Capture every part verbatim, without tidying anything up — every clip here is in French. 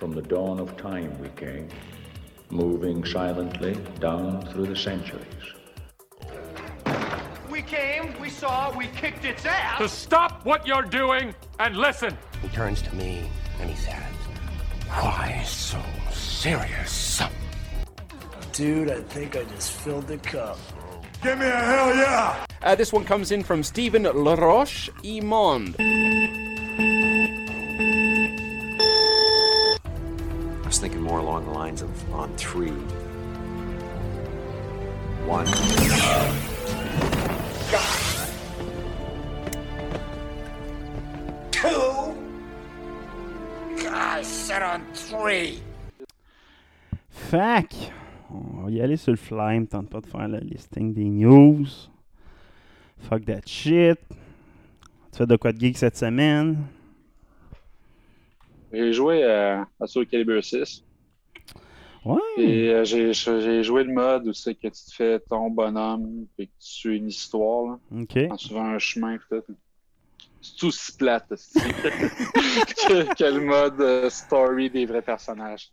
From the dawn of time we came, moving silently down through the centuries. We came, we saw, we kicked its ass! To stop what you're doing and listen! He turns to me and he says, "Why so serious?" Dude, I think I just filled the cup. Give me a hell yeah! Uh, this one comes in from Stephen Laroche Imond. I was thinking more along the lines of on three. One. Two. I said on three. Fac, on va y aller sur le fly, me tente pas de faire le listing des news. Fuck that shit. Tu fais de quoi de geek cette semaine? J'ai joué à, à Soul Calibur six. Ouais. Et euh, j'ai, j'ai joué le mode où c'est que tu te fais ton bonhomme et que tu suis une histoire. Là, OK. en suivant un chemin. Tout. C'est aussi plate que, que le mode euh, story des vrais personnages.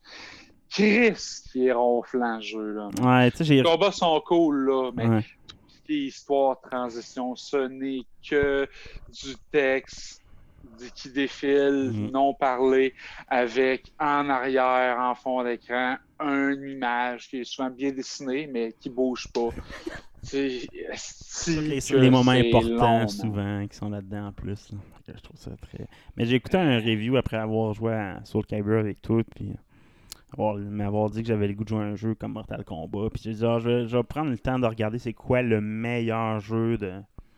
Chris qui est ronflant le jeu. Là. Ouais, tu sais, j'ai... Les combats sont cool, là, mais ouais. tout ce qui est histoire, transition, ce n'est que du texte qui défile, mmh. non parlé, avec en arrière, en fond d'écran, une image qui est souvent bien dessinée, mais qui bouge pas. C'est, c'est les, c'est les moments importants, long, souvent, qui sont là-dedans en plus. Là. Je trouve ça très... Mais j'ai écouté un review après avoir joué à Soul Calibur avec tout, puis avoir, m'avoir dit que j'avais le goût de jouer à un jeu comme Mortal Kombat. Puis j'ai dit, ah, je, vais, je vais prendre le temps de regarder c'est quoi le meilleur jeu de,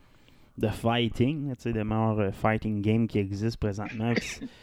de fighting, tu sais, le meilleur uh, fighting game qui existe présentement.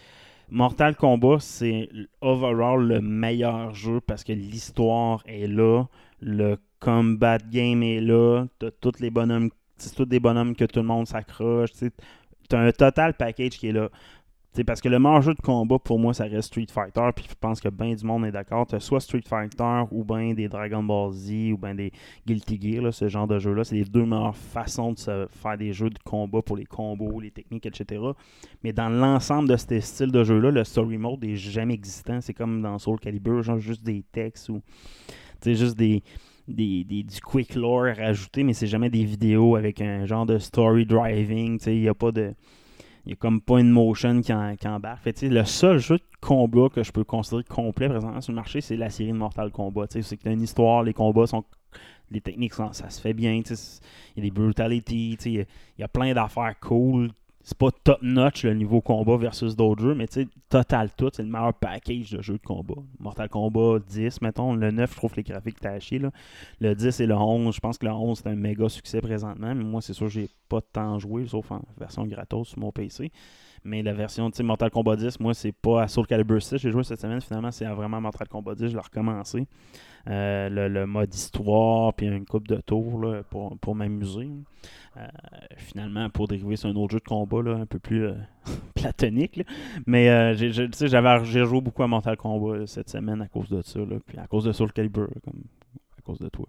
Mortal Kombat, c'est overall le meilleur jeu parce que l'histoire est là, le combat game est là, t'as tous les bonhommes, c'est tous des bonhommes que tout le monde s'accroche, tu sais, t'as un total package qui est là. T'sais, parce que le meilleur jeu de combat, pour moi, ça reste Street Fighter, puis je pense que bien du monde est d'accord. T'as soit Street Fighter, ou bien des Dragon Ball Z, ou bien des Guilty Gear, là, ce genre de jeu-là. C'est les deux meilleures façons de se faire des jeux de combat pour les combos, les techniques, et cetera. Mais dans l'ensemble de ce style de jeu-là, le story mode est jamais existant. C'est comme dans Soul Calibur, genre juste des textes, ou juste des... Des, des, du quick lore rajouté, mais c'est jamais des vidéos avec un genre de story driving. Il n'y a pas de... Il n'y a comme pas une motion qui, en, qui embarque. Fait, le seul jeu de combat que je peux considérer complet présentement sur le marché, c'est la série de Mortal Kombat. T'sais, c'est que tu as une histoire, les combats sont. Les techniques, ça, ça se fait bien. Il y a des brutalities, il y, y a plein d'affaires cool. C'est pas top notch le niveau combat versus d'autres jeux, mais total tout, c'est le meilleur package de jeux de combat. Mortal Kombat dix, mettons. Le neuf, je trouve que les graphiques étaient à chier, là. Le dix et le onze, je pense que le onze c'est un méga succès présentement, mais moi c'est sûr que j'ai pas de temps joué, sauf en version gratos sur mon P C. Mais la version, tu sais, Mortal Kombat dix, moi c'est pas à Soul Calibur six, j'ai joué cette semaine, finalement c'est vraiment Mortal Kombat dix, je l'ai recommencé. Euh, le, le mode histoire, puis une coupe de tours là, pour, pour m'amuser. Euh, finalement, pour dériver sur un autre jeu de combat là, un peu plus euh, platonique. Là. Mais euh, j'ai, j'ai, j'avais, j'ai joué beaucoup à Mortal Kombat là, cette semaine à cause de ça, là, puis à cause de Soul Calibur, là, comme à cause de toi.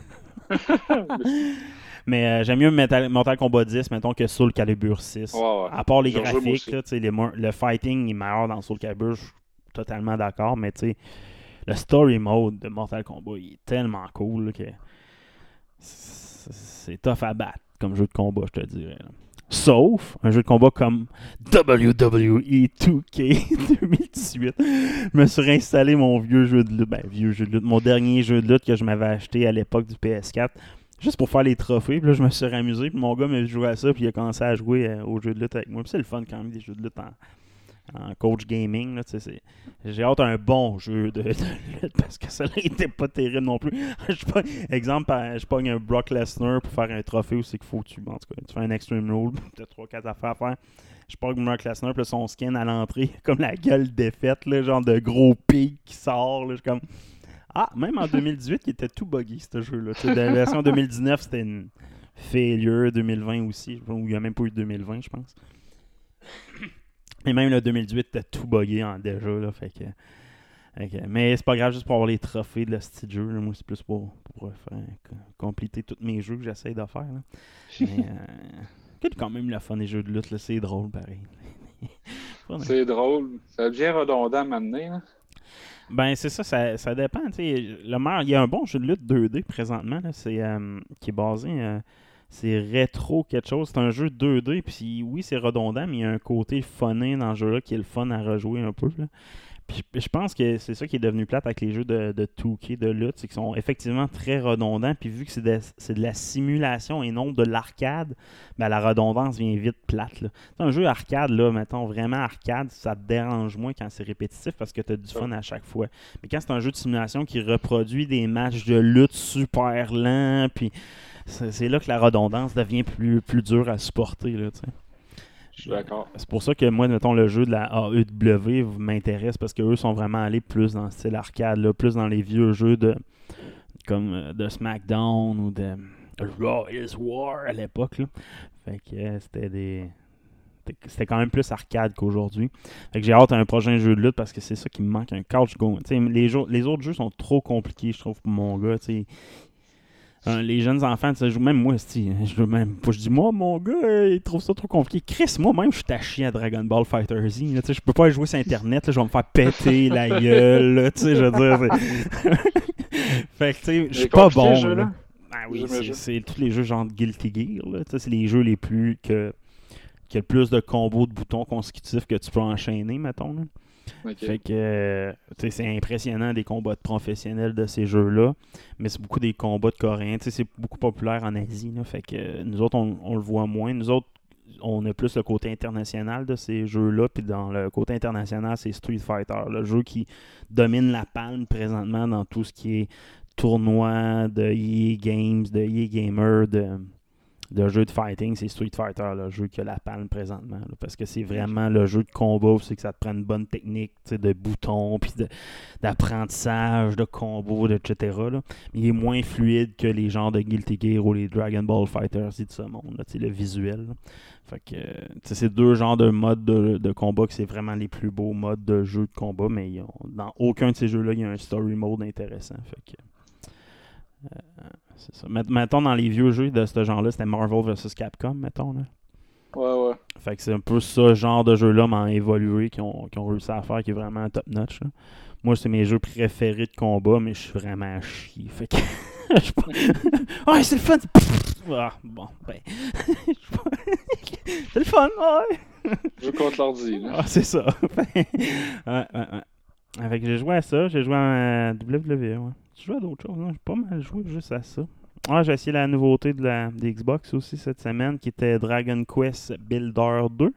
Mais euh, j'aime mieux Metal, Mortal Kombat dix, mettons, que Soul Calibur six. Ouais, ouais. À part les J'ai graphiques, là, les, le fighting est meilleur dans Soul Calibur, je suis totalement d'accord, mais tu sais, le story mode de Mortal Kombat, il est tellement cool là, que c'est, c'est tough à battre comme jeu de combat, je te dirais. Là. Sauf un jeu de combat comme W W E deux K deux mille dix-huit. Je me suis réinstallé mon vieux jeu de lutte, ben vieux jeu de lutte, mon dernier jeu de lutte que je m'avais acheté à l'époque du P S quatre, juste pour faire les trophées. Puis là, je me suis amusé, puis mon gars m'a joué à ça, puis il a commencé à jouer euh, aux jeux de lutte avec moi. Puis c'est le fun quand même, des jeux de lutte en, en coach gaming. Là, c'est... J'ai hâte à un bon jeu de, de lutte, parce que ça n'était pas terrible non plus. je pas, exemple, je pogne un Brock Lesnar pour faire un trophée où c'est qu'il faut que tu, en tout cas, tu fais un Extreme Rule, tu as trois quatre affaires à faire. Je pogne Brock Lesnar, puis son skin à l'entrée, comme la gueule défaite, là, genre de gros pig qui sort. Là, je comme... Ah, même en deux mille dix-huit, il était tout buggy, ce jeu-là. T'sais, la version deux mille dix-neuf, c'était une failure. deux mille vingt aussi, où il n'y a même pas eu deux mille vingt, je pense. Et même le deux mille dix-huit était tout buggé en déjà, là, fait que... Okay. Mais c'est pas grave, juste pour avoir les trophées de la style jeu. Là. Moi, c'est plus pour, pour faire, compléter tous mes jeux que j'essaie de faire. Là. Mais euh, c'est quand même le fun des jeux de lutte. Là. C'est drôle, pareil. C'est drôle. Ça devient redondant maintenant. Hein? Ben, c'est ça, ça, ça dépend. T'sais. Le meilleur, il y a un bon jeu de lutte deux D présentement, là, c'est, euh, qui est basé. Euh, c'est rétro quelque chose. C'est un jeu deux D, puis oui, c'est redondant, mais il y a un côté funné dans le jeu-là qui est le fun à rejouer un peu. Là. Puis je pense que c'est ça qui est devenu plate avec les jeux de, de deux K de lutte, c'est qu'ils sont effectivement très redondants. Puis vu que c'est de, c'est de la simulation et non de l'arcade, ben la redondance vient vite plate. Là. Un jeu arcade, là, mettons vraiment arcade, ça te dérange moins quand c'est répétitif parce que tu as du fun à chaque fois. Mais quand c'est un jeu de simulation qui reproduit des matchs de lutte super lents, puis c'est, c'est là que la redondance devient plus, plus dure à supporter. Là, t'sais. Je suis d'accord. C'est pour ça que moi, mettons, le jeu de la A E W m'intéresse parce qu'eux sont vraiment allés plus dans le style arcade, là, plus dans les vieux jeux de comme euh, de SmackDown ou de Raw is War à l'époque. Là. Fait que euh, c'était des. C'était quand même plus arcade qu'aujourd'hui. Fait que j'ai hâte à un prochain jeu de lutte parce que c'est ça qui me manque, un couch go. Les, jeux, les autres jeux sont trop compliqués, je trouve, pour mon gars. T'sais. Euh, les jeunes enfants, même moi, je, même, je dis, moi, mon gars, il trouve ça trop compliqué. Chris, moi-même, je suis à chier à Dragon Ball Fighter Z. Là, je peux pas jouer sur Internet, là, je vais me faire péter la gueule. Là, je veux dire, fait que, tu sais, je suis pas bon. Jeux, là. Ben oui, c'est, c'est tous les jeux genre Guilty Gear. Là, c'est les jeux les plus que, qui a le plus de combos de boutons consécutifs que tu peux enchaîner, mettons. Là. Okay. Fait que euh, c'est impressionnant des combats de professionnels de ces jeux-là, mais c'est beaucoup des combats de coréens. C'est beaucoup populaire en Asie. Là, fait que euh, nous autres, on, on le voit moins. Nous autres, on a plus le côté international de ces jeux-là. Puis dans le côté international, c'est Street Fighter, le jeu qui domine la palme présentement dans tout ce qui est tournoi de E A Games, de E A Gamer, de... Le jeu de fighting, c'est Street Fighter, le jeu qui a la palme présentement. Là, parce que c'est vraiment le jeu de combat, c'est que ça te prend une bonne technique de boutons, puis de, d'apprentissage, de combos, et cetera. Là. Mais il est moins fluide que les genres de Guilty Gear ou les Dragon Ball Fighters de ce monde, là, le visuel. Là. Fait que c'est deux genres de modes de, de combat que c'est vraiment les plus beaux modes de jeu de combat, mais ils ont, dans aucun de ces jeux-là, il y a un story mode intéressant. Fait que. Euh, c'est ça. Mettons dans les vieux jeux de ce genre-là, c'était Marvel versus Capcom, mettons. Là. Ouais, ouais. Fait que c'est un peu ce genre de jeu-là, mais en évolué, qui ont, qui ont réussi à faire, qui est vraiment top-notch. Là. Moi, c'est mes jeux préférés de combat, mais je suis vraiment à chier. Fait que. Ouais, c'est le fun! Ah, bon, ben. C'est le fun, ouais! Jeu contre l'ordi, là. Ah, c'est ça. ouais, ouais, ouais. Fait que j'ai joué à ça, j'ai joué à W W E, ouais. J'ai joué à d'autres choses, non? J'ai pas mal joué juste à ça. Ah, j'ai essayé la nouveauté de la des Xbox aussi cette semaine, qui était Dragon Quest Builder deux.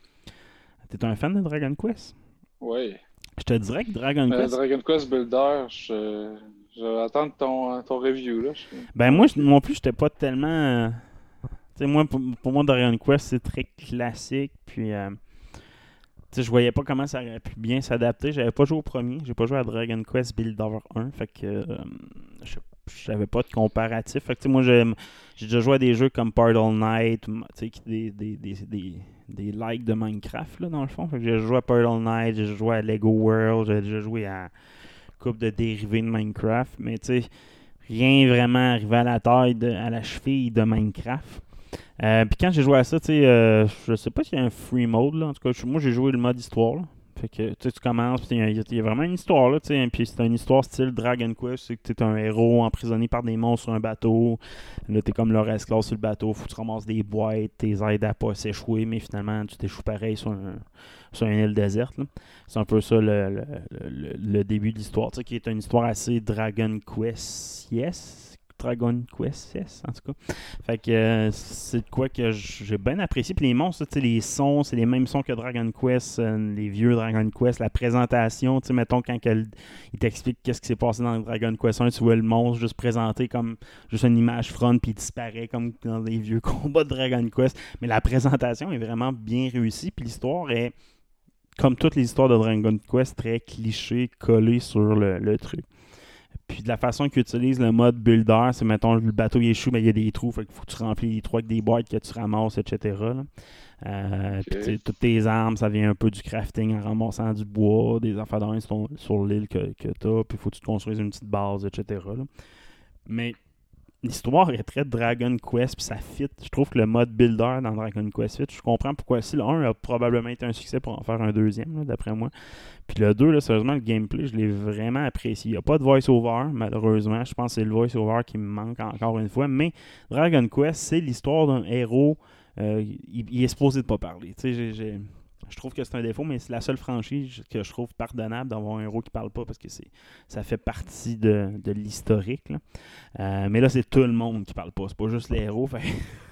T'es un fan de Dragon Quest? Oui. Je te dirais que Dragon euh, Quest... Dragon Quest Builder, je, je vais attendre ton, ton review, là. Je... Ben moi, je, non plus, j'étais pas tellement... Tu sais, moi, pour, pour moi, Dragon Quest, c'est très classique, puis... Euh... T'sais, je voyais pas comment ça aurait pu bien s'adapter. J'avais pas joué au premier. J'ai pas joué à Dragon Quest Builder un. Fait que euh, je j'avais pas de comparatif. Fait que moi j'ai, j'ai déjà joué à des jeux comme Portal Knight, des, des, des, des, des likes de Minecraft là, dans le fond. Fait que j'ai joué à Portal Knight, j'ai joué à Lego World, j'ai déjà joué à une couple de dérivés de Minecraft. Mais tu sais, rien vraiment arrivé à la taille, de, à la cheville de Minecraft. Euh, puis quand j'ai joué à ça, tu sais, euh, je sais pas s'il y a un free mode, là. En tout cas, moi j'ai joué le mode histoire, là. Fait que tu commences, puis il y, y a vraiment une histoire, là, tu sais. Puis c'est une histoire style Dragon Quest, c'est que tu es un héros emprisonné par des monstres sur un bateau. Là, t'es comme leur esclave sur le bateau, faut que tu ramasses des boîtes, t'es aides à pas s'échouer, mais finalement, tu t'échoues pareil sur, un, sur une île déserte, là. C'est un peu ça le, le, le, le début de l'histoire, tu sais, qui est une histoire assez Dragon Quest, yes. Dragon Quest, yes, en tout cas. Fait que euh, c'est de quoi que j'ai bien apprécié. Puis les monstres, tu sais, les sons, c'est les mêmes sons que Dragon Quest, euh, les vieux Dragon Quest. La présentation, tu sais, mettons, quand elle, il t'explique qu'est-ce qui s'est passé dans Dragon Quest un, tu vois le monstre juste présenté comme juste une image front, puis il disparaît comme dans les vieux combats de Dragon Quest. Mais la présentation est vraiment bien réussie, puis l'histoire est, comme toutes les histoires de Dragon Quest, très cliché, collée sur le, le truc. Puis de la façon qu'ils utilisent le mode builder, c'est mettons le bateau il échoue, mais il y a des trous, fait qu'il faut que tu remplis les trous avec des boîtes que tu ramasses, et cetera. Là. Euh, okay. Puis toutes tes armes, ça vient un peu du crafting en ramassant du bois, des affaires d'armes sur, sur l'île que, que tu as, puis il faut que tu te construises une petite base, et cetera. Là. Mais l'histoire est très Dragon Quest, puis ça fit. Je trouve que le mode builder dans Dragon Quest fit. Je comprends pourquoi. Si le un a probablement été un succès pour en faire un deuxième, là, d'après moi. Puis le deux, là, sérieusement, le gameplay, je l'ai vraiment apprécié. Il n'y a pas de voice-over, malheureusement. Je pense que c'est le voice-over qui me manque encore une fois. Mais Dragon Quest, c'est l'histoire d'un héros. Euh, il, il est supposé de pas parler. Tu sais, j'ai... j'ai... Je trouve que c'est un défaut, mais c'est la seule franchise que je trouve pardonnable d'avoir un héros qui parle pas parce que c'est ça fait partie de, de l'historique. Là. Euh, mais là, c'est tout le monde qui parle pas. C'est pas juste les héros. Fait,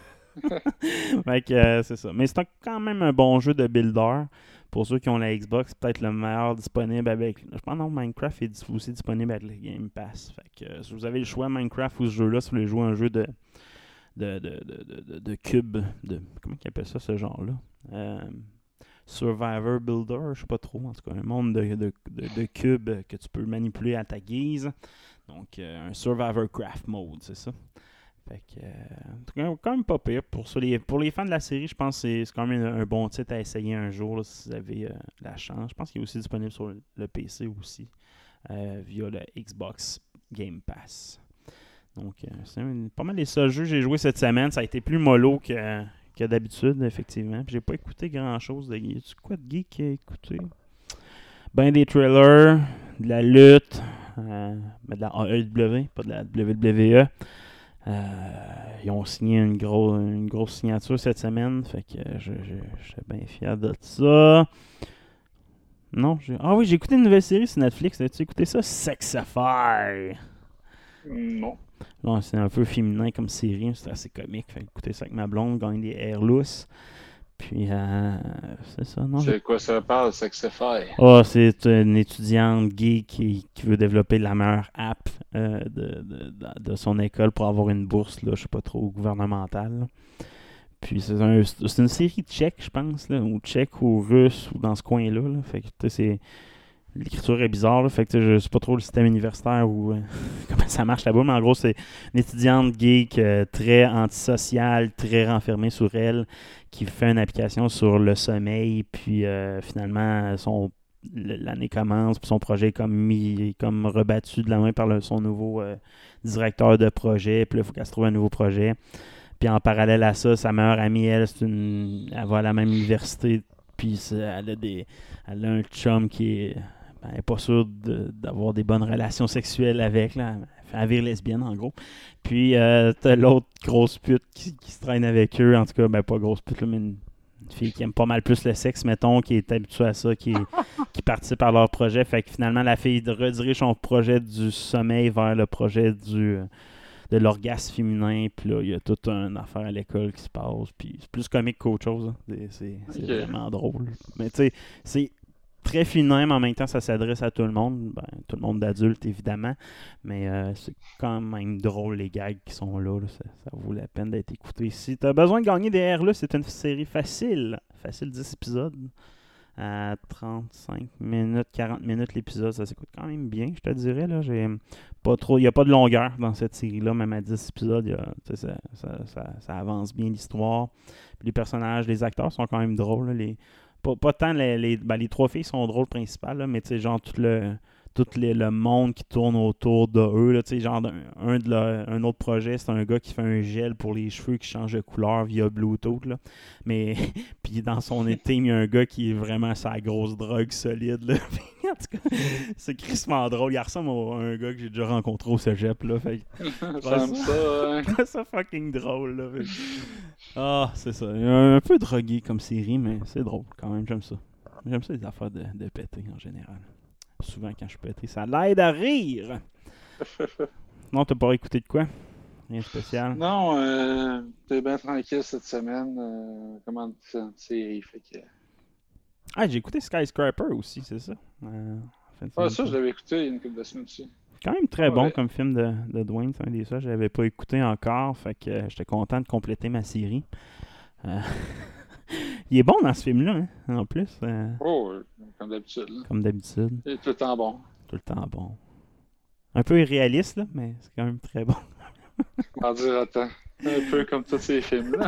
fait que euh, c'est ça. Mais c'est un, quand même un bon jeu de builder. Pour ceux qui ont la Xbox, c'est peut-être le meilleur disponible avec... Je pense que Minecraft est aussi disponible avec le Game Pass. Fait que euh, si vous avez le choix Minecraft ou ce jeu-là, si vous voulez jouer un jeu de de, de, de, de, de, de cube, de comment ils appellent ça, ce genre-là? Euh, Survivor Builder, je sais pas trop, en tout cas, un monde de, de, de, de cubes que tu peux manipuler à ta guise. Donc, euh, un Survivor Craft Mode, c'est ça. Fait que, euh, quand même pas pire. Pour, ça, les, pour les fans de la série, je pense que c'est, c'est quand même un, un bon titre à essayer un jour, là, si vous avez euh, la chance. Je pense qu'il est aussi disponible sur le, le P C aussi, euh, via le Xbox Game Pass. Donc, euh, c'est un, pas mal les seuls jeux que j'ai joué cette semaine. Ça a été plus mollo que... que d'habitude, effectivement. Puis j'ai pas écouté grand-chose. De... Y a-tu quoi de geek qui a écouté? Ben des trailers, de la lutte, euh, de la A E W, pas de la W W E. Euh, ils ont signé une, gros, une grosse signature cette semaine. Fait que je, je, je suis bien fier de ça. Non, j'ai... Ah oui, j'ai écouté une nouvelle série sur Netflix. As-tu écouté ça? Sexify! Non. Non, c'est un peu féminin comme série, c'est assez comique. Fait écouter ça avec ma blonde, gagner des airs lousses. Puis, euh, c'est ça, non? C'est j'ai... quoi ça parle, Sexify? Oh, c'est une étudiante gay qui, qui veut développer la meilleure app euh, de, de, de, de son école pour avoir une bourse, là, je sais pas trop, gouvernementale. Là. Puis, c'est, un, c'est une série tchèque, je pense, là, ou tchèque ou russe, ou dans ce coin-là. Là. Fait que, tu sais, c'est... L'écriture est bizarre, là, fait que je sais pas trop le système universitaire ou euh, comment ça marche là-bas, mais en gros, c'est une étudiante geek euh, très antisociale, très renfermée sur elle, qui fait une application sur le sommeil, puis euh, finalement, son, l'année commence, puis son projet est comme, mis, comme rebattu de la main par le, son nouveau euh, directeur de projet, puis là, il faut qu'elle se trouve un nouveau projet. Puis en parallèle à ça, sa meilleure amie, elle, c'est une, elle va à la même université, puis elle a, des, elle a un chum qui est... Elle n'est pas sûre de, d'avoir des bonnes relations sexuelles avec. Là. Elle fait la vire lesbienne, en gros. Puis, euh, t'as l'autre grosse pute qui, qui se traîne avec eux. En tout cas, ben pas grosse pute, là, mais une, une fille qui aime pas mal plus le sexe, mettons, qui est habituée à ça, qui, qui participe à leur projet. Fait que finalement, la fille redirige son projet du sommeil vers le projet du de l'orgasme féminin. Puis là, il y a toute une affaire à l'école qui se passe. Puis c'est plus comique qu'autre chose. Hein. C'est, c'est, c'est okay. Vraiment drôle. Mais tu sais, c'est... très féminin, mais en même temps, ça s'adresse à tout le monde. Ben, tout le monde d'adulte, évidemment. Mais euh, c'est quand même drôle, les gags qui sont là. là. Ça, ça vaut la peine d'être écouté. Si tu as besoin de gagner des airs là, c'est une série facile. Facile, dix épisodes. À trente-cinq minutes, quarante minutes l'épisode. Ça s'écoute quand même bien, je te dirais. Là. J'ai pas trop, il n'y a pas de longueur dans cette série-là. Même à dix épisodes, y a, ça, ça, ça, ça avance bien l'histoire. Puis les personnages, les acteurs sont quand même drôles. Là. Les Pas, pas tant les, les, ben les trois filles sont drôles principales, là, mais tu sais, genre tout le tout les, le monde qui tourne autour de eux. Là, tu sais, genre un, un, de leur, un autre projet, c'est un gars qui fait un gel pour les cheveux qui change de couleur via Bluetooth. Là. Mais puis dans son été, il y a un gars qui est vraiment sa grosse drogue solide. Là. En tout cas, c'est crissement drôle. Il ressemble à un gars que j'ai déjà rencontré au cégep. Là. Fait, ça, ça, hein. ça fucking drôle. Là. Fait, ah, c'est ça. Un, un peu drogué comme série, mais c'est drôle quand même. J'aime ça. J'aime ça les affaires de, de péter en général. Souvent quand je suis pété, ça l'aide à rire. Non, t'as pas écouté de quoi? Rien de spécial? Non, euh, t'es bien tranquille cette semaine. Euh, comment tu une série, fait que... Ah, j'ai écouté Skyscraper aussi, c'est ça? Euh, ah, ça, je l'avais écouté il y a une couple de semaines aussi. Quand même très ah, bon ouais. comme film de, de Dwayne, c'est un des ça. Je l'avais pas écouté encore, fait que euh, j'étais content de compléter ma série. Euh... Il est bon dans ce film-là, hein, en plus. Euh... Oh, comme d'habitude. Là. Comme d'habitude. Il est tout le temps bon. Tout le temps bon. Un peu irréaliste, là, mais c'est quand même très bon. On va dire, attends. Un peu comme tous ces films-là.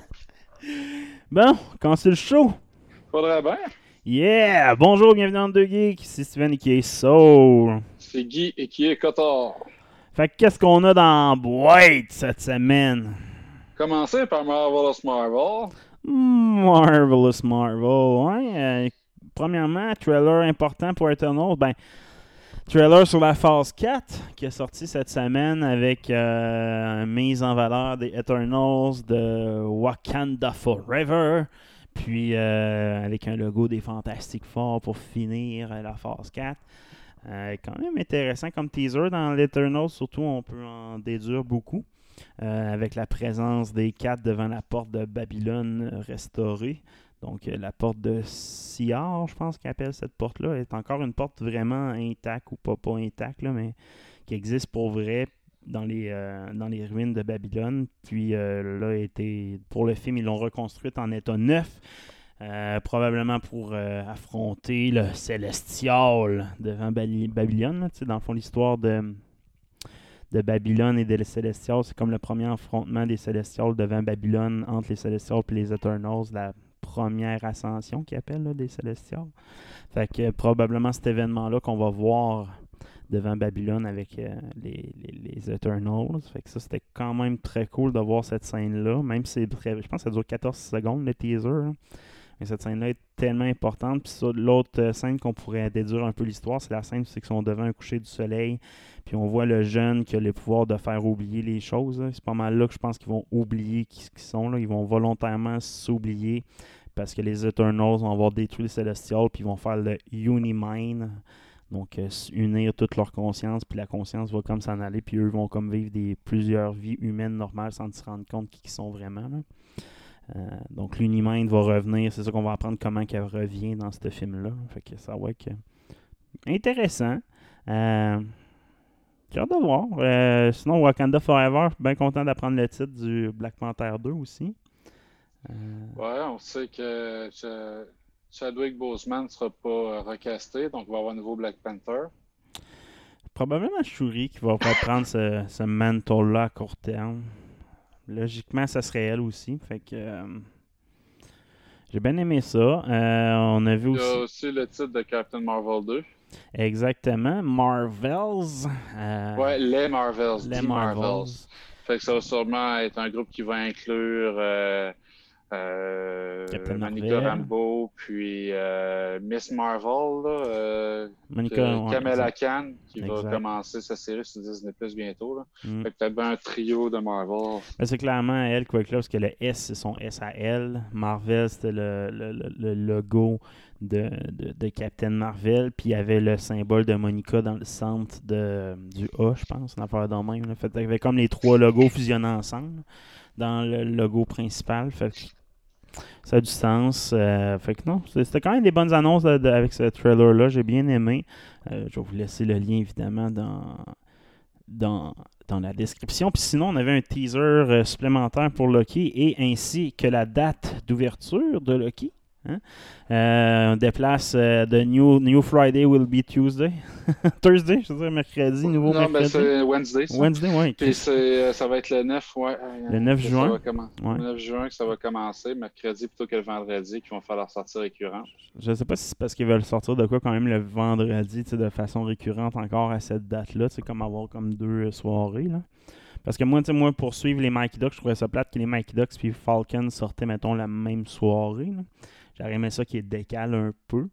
Bon, quand c'est le show? Faudrait bien. Yeah! Bonjour, bienvenue dans Deux Geeks. C'est Steven et qui est Soul. C'est Guy et qui est Cotard. Fait que qu'est-ce qu'on a dans la boîte cette semaine? Commencer par Marvelous Marvel. Marvelous Marvel, ouais. Euh, premièrement, trailer important pour Eternals. Ben, trailer sur la phase quatre qui est sorti cette semaine avec euh, une mise en valeur des Eternals de Wakanda Forever. Puis euh, avec un logo des Fantastic Four pour finir euh, la phase quatre. Euh, quand même intéressant comme teaser dans l'Eternals, surtout on peut en déduire beaucoup. Euh, avec la présence des quatre devant la porte de Babylone restaurée. Donc, euh, la porte de Siar, je pense qu'ils appellent cette porte-là, est encore une porte vraiment intacte ou pas, pas intacte, là, mais qui existe pour vrai dans les, euh, dans les ruines de Babylone. Puis euh, là, était, pour le film, ils l'ont reconstruite en état neuf, euh, probablement pour euh, affronter le Célestial devant Bali- Babylone. Là, dans le fond, l'histoire de... de Babylone et des Célestials, c'est comme le premier affrontement des Célestials devant Babylone entre les Célestials et les Eternals, la première ascension qu'ils appellent là, des Célestials. Fait que euh, probablement cet événement-là qu'on va voir devant Babylone avec euh, les, les, les Eternals. Fait que ça, c'était quand même très cool de voir cette scène-là, même si c'est très, je pense que ça dure quatorze secondes le teaser. Là. Mais cette scène-là est tellement importante. Puis ça, l'autre euh, scène qu'on pourrait déduire un peu l'histoire, c'est la scène où c'est qu'ils sont devant un coucher du soleil. Puis on voit le jeune qui a le pouvoir de faire oublier les choses. Là. C'est pas mal là que je pense qu'ils vont oublier qui, qui sont. Là. Ils vont volontairement s'oublier parce que les Eternals vont avoir détruit les Celestials puis ils vont faire le Unimind. Donc euh, unir toute leur conscience. Puis la conscience va comme s'en aller. Puis eux vont comme vivre des, plusieurs vies humaines normales sans se rendre compte qui ils sont vraiment. Là. Euh, donc l'Unimind va revenir. C'est ça qu'on va apprendre comment qu'elle revient dans ce film-là. Fait que ça va être intéressant. Euh... J'ai hâte de voir. Euh, sinon, Wakanda Forever, je suis bien content d'apprendre le titre du Black Panther deux aussi. Euh... Ouais, on sait que Chadwick Boseman ne sera pas recasté, donc il va y avoir un nouveau Black Panther. Probablement Shuri qui va reprendre ce, ce mantle-là à court terme. Logiquement, ça serait elle aussi. Fait que euh, j'ai bien aimé ça. Euh, on a vu aussi... Il y a aussi le titre de Captain Marvel deux. Exactement. Marvels. Euh, ouais, les Marvels. Les Marvels. Marvels. Fait que ça va sûrement être un groupe qui va inclure euh, euh, Monica Rambeau, puis euh, Miss Marvel, là, euh, Monica, ouais, Kamala Khan, qui exact. va commencer sa série sur Disney Plus bientôt. Là. Mm. Fait que peut-être bien un trio de Marvel. Ben, c'est clairement elle, quoi que là, parce que le S, c'est son S à elle. Marvel, c'était le, le, le, le logo de, de, de Captain Marvel. Puis il y avait le symbole de Monica dans le centre de, du A, je pense, une affaire dans le même. Là. Fait qu'il y avait comme les trois logos fusionnés ensemble dans le logo principal. Fait que ça a du sens. Euh, fait que non, c'était quand même des bonnes annonces de, de, avec ce trailer-là. J'ai bien aimé. Euh, je vais vous laisser le lien, évidemment, dans, dans, dans la description. Puis sinon, on avait un teaser euh, supplémentaire pour Loki et ainsi que la date d'ouverture de Loki. Hein? Euh, on déplace euh, The new, new Friday will be Tuesday. Thursday, je veux dire, mercredi, nouveau non, mercredi. Non, ben c'est Wednesday. Ça. Wednesday, oui. Puis c'est, ça va être le neuf, ouais. Le neuf juin. Ouais. Le neuf juin que ça va commencer, mercredi plutôt que le vendredi, qui vont faire leur sortie récurrente. Je ne sais pas si c'est parce qu'ils veulent sortir de quoi quand même le vendredi, de façon récurrente encore à cette date-là, comme avoir comme deux soirées, là. Parce que moi, moi, pour suivre les Mighty Ducks, je trouvais ça plate que les Mighty Ducks puis Falcon sortaient, mettons, la même soirée, là. J'aurais aimé ça qui décale un peu.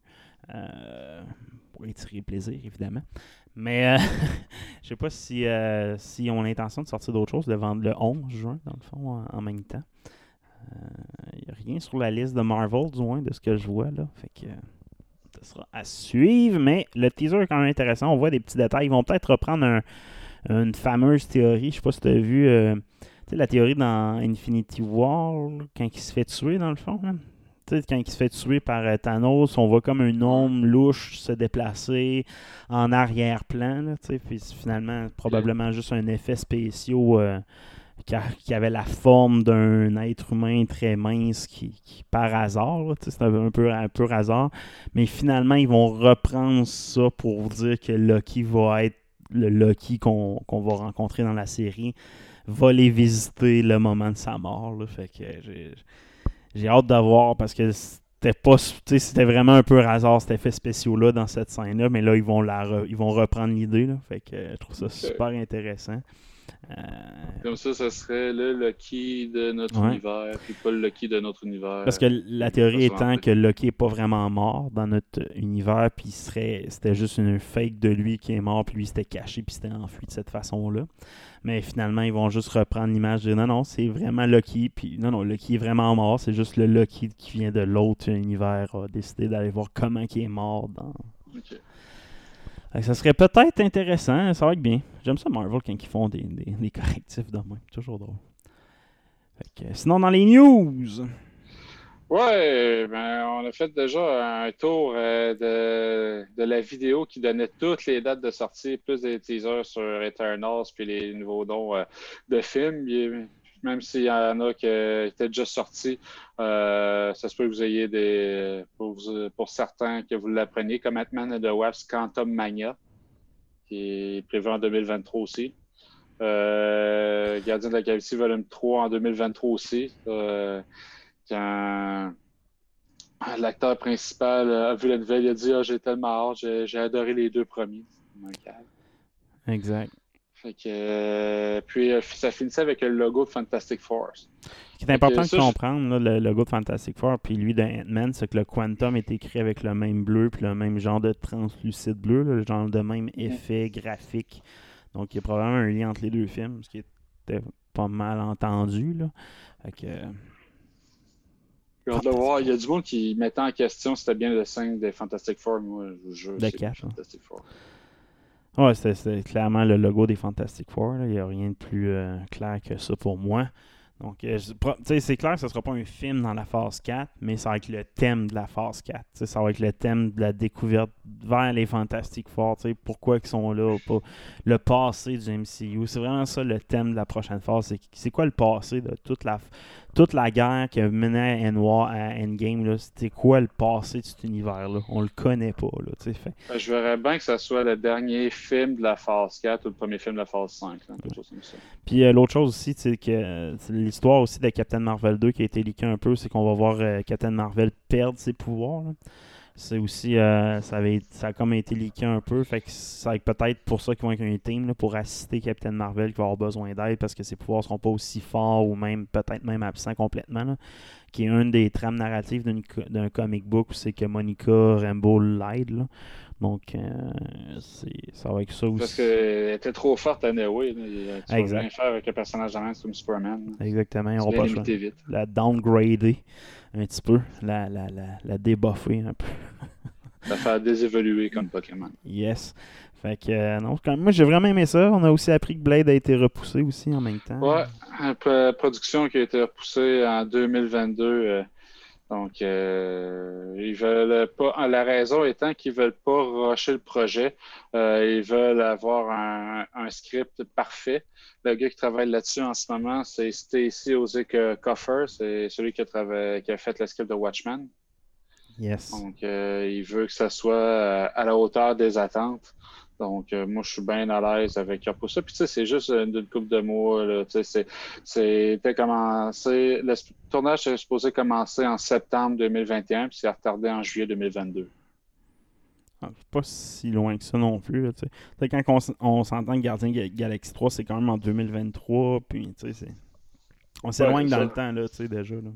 Euh, pour étirer le plaisir, évidemment. Mais euh, je sais pas si, euh, si on a l'intention de sortir d'autres choses le, le onze juin, dans le fond, en, en même temps. Il euh, n'y a rien sur la liste de Marvel, du moins, de ce que je vois, là. Fait que euh, ça sera à suivre. Mais le teaser est quand même intéressant. On voit des petits détails. Ils vont peut-être reprendre un, une fameuse théorie. Je sais pas si tu as vu euh, la théorie dans Infinity War, là, quand il se fait tuer, dans le fond, là. Tu sais, quand il se fait tuer par euh, Thanos, on voit comme un homme louche se déplacer en arrière-plan. Là, puis finalement, probablement juste un effet spécial euh, qui, qui avait la forme d'un être humain très mince qui, qui par hasard, c'est un, un, peu, un peu hasard. Mais finalement, ils vont reprendre ça pour dire que Loki va être le Loki qu'on, qu'on va rencontrer dans la série, va les visiter le moment de sa mort. Là, fait que j'ai... J'ai hâte de voir parce que c'était pas, tu sais, c'était vraiment un peu hasard cet effet spéciaux-là dans cette scène-là, mais là, ils vont, la re- ils vont reprendre l'idée, là. Fait que euh, je trouve ça Ok. super intéressant. Euh, Comme ça, ça serait le Loki de notre Ouais. univers, puis pas le Loki de notre univers. Parce que la théorie Ça, ça va étant que Loki est pas vraiment mort dans notre univers, puis il serait, c'était juste une fake de lui qui est mort, puis lui s'était caché, puis s'était enfui de cette façon-là. Mais finalement, ils vont juste reprendre l'image de non, non, c'est vraiment Loki, puis non, non, Loki est vraiment mort, c'est juste le Loki qui vient de l'autre univers a décidé d'aller voir comment il est mort dans. Ok. Fait que ça serait peut-être intéressant, ça va être bien. J'aime ça Marvel quand ils font des, des, des correctifs de même, toujours drôle. Fait que, sinon, dans les news. Ouais, ben, on a fait déjà un tour euh, de, de la vidéo qui donnait toutes les dates de sortie, plus des teasers sur Eternals puis les nouveaux noms euh, de films. Et même s'il y en a qui étaient déjà sortis, euh, ça se peut que vous ayez des, pour, vous- pour certains que vous l'appreniez, comme Ant-Man and the Wasp Quantum Mania, qui est prévu en deux mille vingt-trois aussi. Euh, Gardien de la Galaxie Volume trois en deux mille vingt-trois aussi. Euh, quand l'acteur principal a vu la nouvelle, il a dit ah, j'ai tellement hâte, j'ai, j'ai adoré les deux premiers. Okay. Exact. Fait que, euh, puis euh, ça finissait avec le logo de Fantastic Four. Ce qui est important que de ça, je- comprendre, là, le logo de Fantastic Four, puis lui de Ant-Man, c'est que le Quantum est écrit avec le même bleu, puis le même genre de translucide bleu, là, le genre de même effet graphique. Donc, il y a probablement un lien entre les deux films, ce qui était pas mal entendu. Là. Fait que, euh, Puis on doit voir, il y a du monde qui mettait en question si c'était bien le signe des Fantastic Four. Moi, je vous jure, De c'est quatre, hein. Fantastic Four. ouais, c'est, c'est clairement le logo des Fantastic Four. là. Il n'y a rien de plus euh, clair que ça pour moi. Donc, euh, je- pro- tu sais, c'est clair que ce ne sera pas un film dans la phase quatre, mais ça va être le thème de la phase quatre. Tu sais, ça va être le thème de la découverte vers les Fantastic Four. Tu sais, pourquoi ils sont là, pas le passé du M C U. C'est vraiment ça le thème de la prochaine phase. C'est, c'est quoi le passé de toute la, toute la guerre qui a mené à Noir à Endgame? Là, c'était quoi le passé de cet univers-là? On le connaît pas. Là, tu sais, fait. Ben, je verrais bien que ça soit le dernier film de la phase quatre ou le premier film de la phase cinq. Là, quelque chose comme ça. Puis euh, l'autre chose aussi, c'est que euh, c'est l'histoire aussi de Captain Marvel deux qui a été leakée un peu, c'est qu'on va voir euh, Captain Marvel perdre ses pouvoirs. là. C'est aussi, euh, ça, avait, ça a comme été leaké un peu, fait que ça va être peut-être pour ça qu'ils vont être un team là, pour assister Captain Marvel qui va avoir besoin d'aide parce que ses pouvoirs seront pas aussi forts ou même peut-être même absents complètement. Là, qui est une des trames narratives d'une co- d'un comic book, c'est que Monica Rambeau l'aide. Là. Donc, euh, c'est, ça va être ça aussi. Parce qu'elle était trop forte à Neway. Tu vas Exact. rien faire avec un personnage de même comme Superman. là. Exactement, ils Tu n'auront viens pas le choix. limiter vite. La downgrader un petit peu, la, la, la, la débuffer un peu. La faire désévoluer comme Pokémon. Yes. Fait que, euh, non, quand même, moi j'ai vraiment aimé ça. On a aussi appris que Blade a été repoussé aussi en même temps. Ouais, une p- production qui a été repoussée en deux mille vingt-deux. euh, donc, euh, ils veulent pas. La raison étant qu'ils veulent pas rusher le projet. Euh, ils veulent avoir un, un script parfait. Le gars qui travaille là-dessus en ce moment, c'est Stacy Ozick Coffer. C'est celui qui a, trava- qui a fait le script de Watchmen. Yes. Donc, euh, il veut que ça soit euh, à la hauteur des attentes. Donc, euh, moi, je suis bien à l'aise avec pour ça. Puis, tu sais, c'est juste une, une couple de mois. Là, tu sais, c'est, c'était commencé. Le sp- tournage est supposé commencer en septembre deux mille vingt et un, puis c'est retardé en juillet deux mille vingt-deux. Ah, c'est pas si loin que ça non plus. Là, tu sais. Tu sais, quand on, s- on s'entend que Gardien Ga- Galaxy trois, c'est quand même en deux mille vingt-trois. Puis, tu sais, c'est... on s'éloigne Ouais, dans ça. le temps, là, tu sais, déjà. Là.